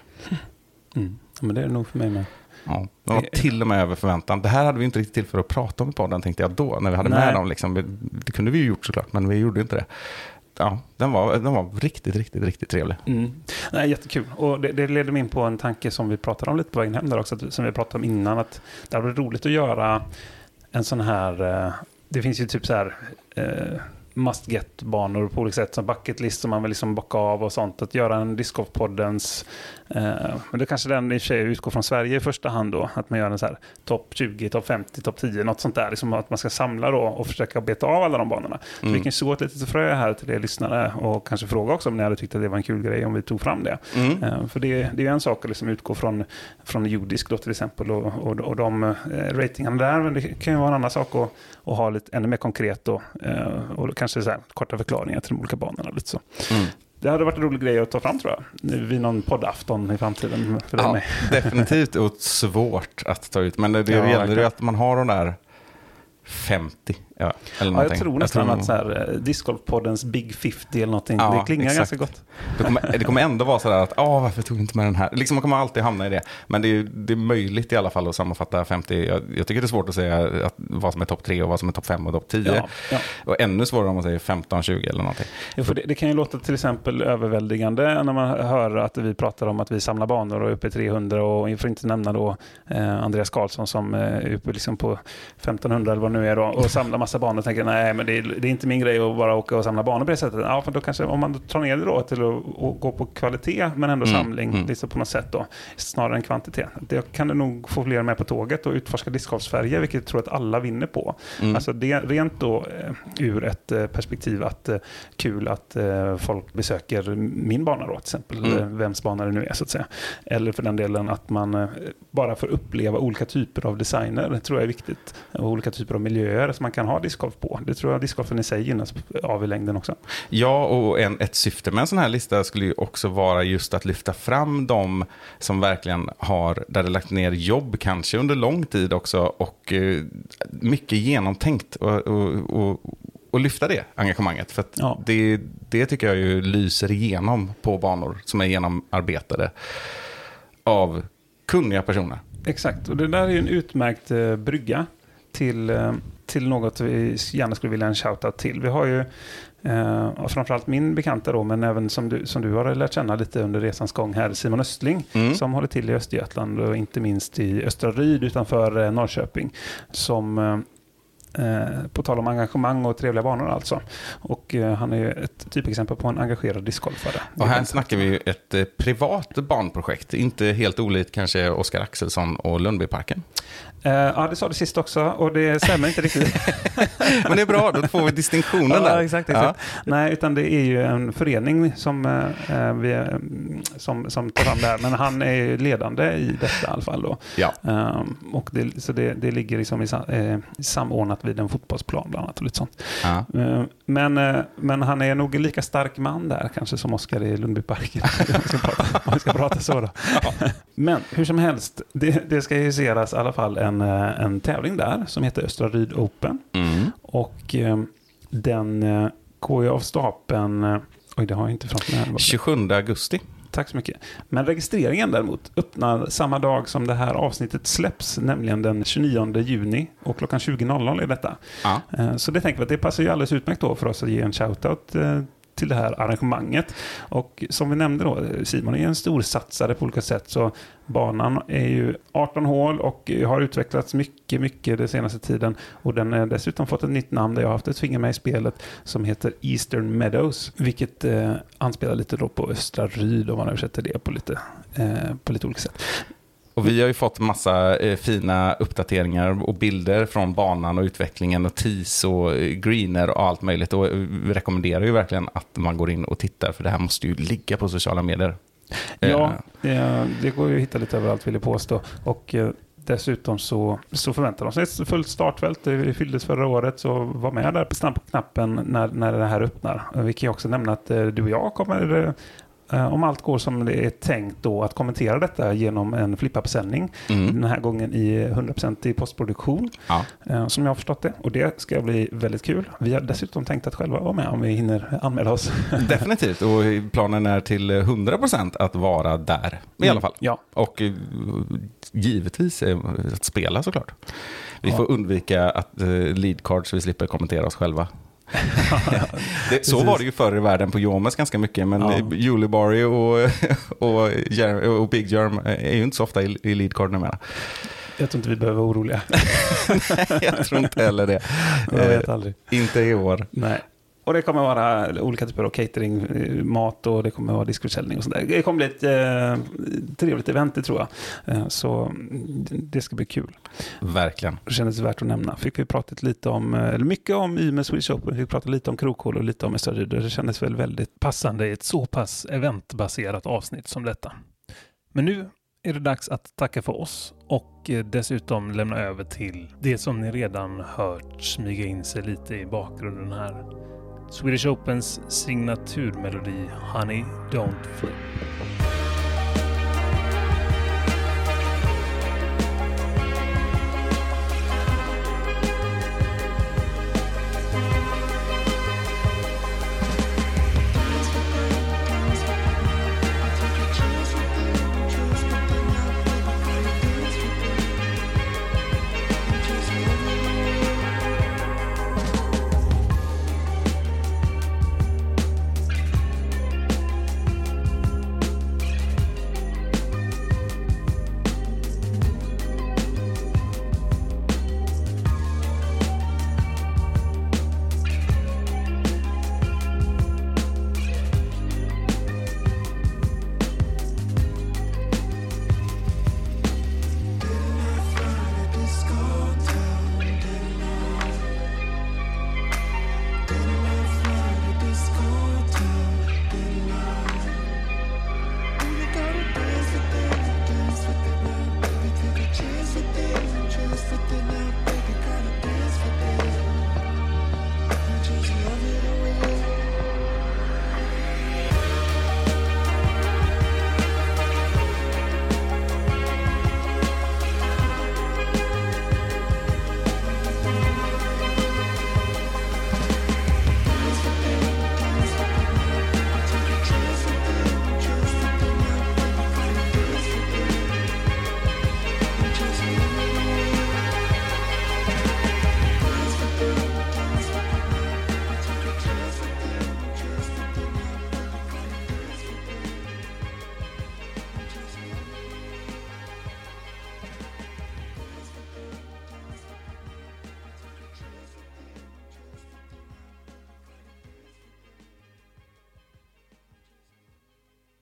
Mm. Ja, men det är nog för mig med. Ja, det var till och med över förväntan. Det här hade vi inte riktigt till för att prata om i podden, tänkte jag då, när vi hade Nej. med dem. Liksom. Det kunde vi ju gjort såklart, men vi gjorde inte det. Ja, den var, den var riktigt, riktigt, riktigt trevlig. Mm. Nej, jättekul. Och det, det leder mig in på en tanke som vi pratade om lite på vägen hem där också, som vi pratade om innan, att det hade varit roligt att göra en sån här, det finns ju typ så här eh, must get-banor på olika sätt, som bucket list som man vill liksom bocka av och sånt, att göra en Discgolf-poddens eh, men det kanske den i sig utgår från Sverige i första hand då, att man gör en så här topp tjugo, topp femtio, topp tio, något sånt där, liksom att man ska samla då och försöka beta av alla de banorna. Mm. Så vi kan så ett litet frö här till er lyssnare och kanske fråga också om ni hade tyckt att det var en kul grej om vi tog fram det. Mm. Eh, för det, det är ju en sak att liksom utgå från, från Jordisk då till exempel och, och, och de eh, ratingarna där, men det kan ju vara en annan sak att, att ha lite ännu mer konkret då, eh, och kanske så här, korta förklaringar till de olika banorna lite så. Mm. Det hade varit en rolig grej att ta fram, tror jag, vid någon poddafton i framtiden. För ja, definitivt och svårt att ta ut. Men det, det ja, gäller ju att man har de där femtio. Ja, eller ja, jag tror nästan jag tror... att så här, Discgolf-poddens Big femtio eller någonting, ja, det klingar exakt. Ganska gott. Det kommer, det kommer ändå vara så där att, ah, varför tog vi inte med den här? Liksom man kommer alltid hamna i det. Men det är, det är möjligt i alla fall att sammanfatta femtio. Jag, jag tycker det är svårt att säga att, vad som är topp tre och vad som är topp fem och topp tio. Ja, ja. Och ännu svårare om man säger femton tjugo eller någonting. Ja, för det, det kan ju låta till exempel överväldigande när man hör att vi pratar om att vi samlar banor och är uppe i trehundra, och för inte nämna då eh, Andreas Karlsson som är uppe liksom på femtonhundra eller vad det nu är då, och samlar massa banor och tänker nej, men det är, det är inte min grej att bara åka och samla banor på det sättet. Ja, för då kanske, om man tar ner det då till att, att gå på kvalitet men ändå mm. samling mm. liksom på något sätt då, snarare än kvantitet. Det kan det nog få fler med på tåget och utforska discgolf-Sverige, vilket jag tror att alla vinner på. Mm. Alltså det rent då ur ett perspektiv att kul att folk besöker min bana då till exempel, mm. vems bana det nu är så att säga. Eller för den delen att man bara får uppleva olika typer av designer, det tror jag är viktigt, och olika typer av miljöer som man kan ha discgolf på. Det tror jag discgolfen i sig gynnas av i längden också. Ja, och en, ett syfte med en sån här lista skulle ju också vara just att lyfta fram de som verkligen har, där det lagt ner jobb kanske under lång tid också, och eh, mycket genomtänkt, och, och, och, och lyfta det engagemanget. För att ja. det, det tycker jag ju lyser igenom på banor som är genomarbetade av kunniga personer. Exakt, och det där är ju en utmärkt eh, brygga till, eh, till något vi gärna skulle vilja en shoutout till. Vi har ju eh, framförallt min bekanta då, men även som du, som du har lärt känna lite under resans gång här, Simon Östling, mm. som håller till i Östergötland och inte minst i Östra Ryd utanför eh, Norrköping, som eh, Eh, på tal om engagemang och trevliga banor alltså. Och eh, han är ju ett typexempel på en engagerad discgolfare. Och här snackar vi ju ett eh, privat banprojekt, inte helt olikt kanske Oskar Axelsson och Lundbyparken. Eh, ja, det sa du sist också, och det stämmer inte riktigt. Men det är bra, då får vi distinktionen ja, där. Exakt, exakt. Ja. Nej, utan det är ju en förening som, eh, vi, som, som tar fram det här, men han är ju ledande i detta i alla fall då. Ja. Eh, och det, så det, det ligger liksom i, eh, samordnat vid en fotbollsplan bland annat och lite sånt. Ja. Men, men han är nog en lika stark man där kanske som Oskar i Lundbyparken. Om vi ska prata så då. Ja. Men hur som helst, det, det ska justeras i alla fall en, en tävling där som heter Östra Ryd Open. Mm. Och den går ju av stapeln, oj det har jag inte framför mig här. tjugosjunde augusti. Tack så mycket. Men registreringen däremot öppnar samma dag som det här avsnittet släpps, nämligen den tjugonionde juni, och klockan tjugo är detta. Ja. Så det tänker vi att det passar ju alldeles utmärkt då för oss att ge en shoutout till det här arrangemanget. Och som vi nämnde då, Simon är en stor satsare på olika sätt, så banan är ju arton hål och har utvecklats mycket, mycket den senaste tiden, och den har dessutom fått ett nytt namn där jag har haft ett finger med i spelet som heter Eastern Meadows, vilket eh, anspelar lite då på Östra Ryd om man översätter det på lite, eh, på lite olika sätt. Och vi har ju fått massa eh, fina uppdateringar och bilder från banan och utvecklingen och tees och greener och allt möjligt, och vi rekommenderar ju verkligen att man går in och tittar, för det här måste ju ligga på sociala medier. Ja, eh, det går ju att hitta lite överallt, vill jag påstå, och eh, dessutom så, så förväntar de sig ett fullt startfält. Det fylldes förra året, så var med där på snabbt på knappen när, när det här öppnar. Vi kan ju också nämna att eh, du och jag kommer, eh, om allt går som det är tänkt då, att kommentera detta genom en flip-up-sändning. Mm. Den här gången i hundra procent i postproduktion, ja. eh, som jag har förstått det. Och det ska bli väldigt kul. Vi har dessutom tänkt att själva vara med om vi hinner anmäla oss. Definitivt, och planen är till hundra procent att vara där i mm. alla fall. Ja. Och uh, givetvis att spela såklart. Vi ja. får undvika att uh, lead cards, så vi slipper kommentera oss själva. det, så var det ju förr i världen på Jomes ganska mycket, men ja. Julie Barry och, och, och Big Germ är ju inte så ofta i, i lead card numera. Jag tror inte vi behöver vara oroliga. Nej, jag tror inte heller det. Jag vet aldrig. Inte i år. Nej. Och det kommer vara olika typer av catering, mat, och det kommer vara diskförsäljning och sånt där. Det kommer bli ett eh, trevligt event, det tror jag. Eh, så det ska bli kul. Verkligen. Det kändes värt att nämna. Fick vi pratat lite om, eller mycket om Yme Swedish Open. Fick prata lite om krokhål och lite om Östra Ryd. Det kändes väl väldigt passande i ett så pass eventbaserat avsnitt som detta. Men nu är det dags att tacka för oss och dessutom lämna över till det som ni redan hört smyga in sig lite i bakgrunden här. Swedish Opens signaturmelodi Honey Don't Flip.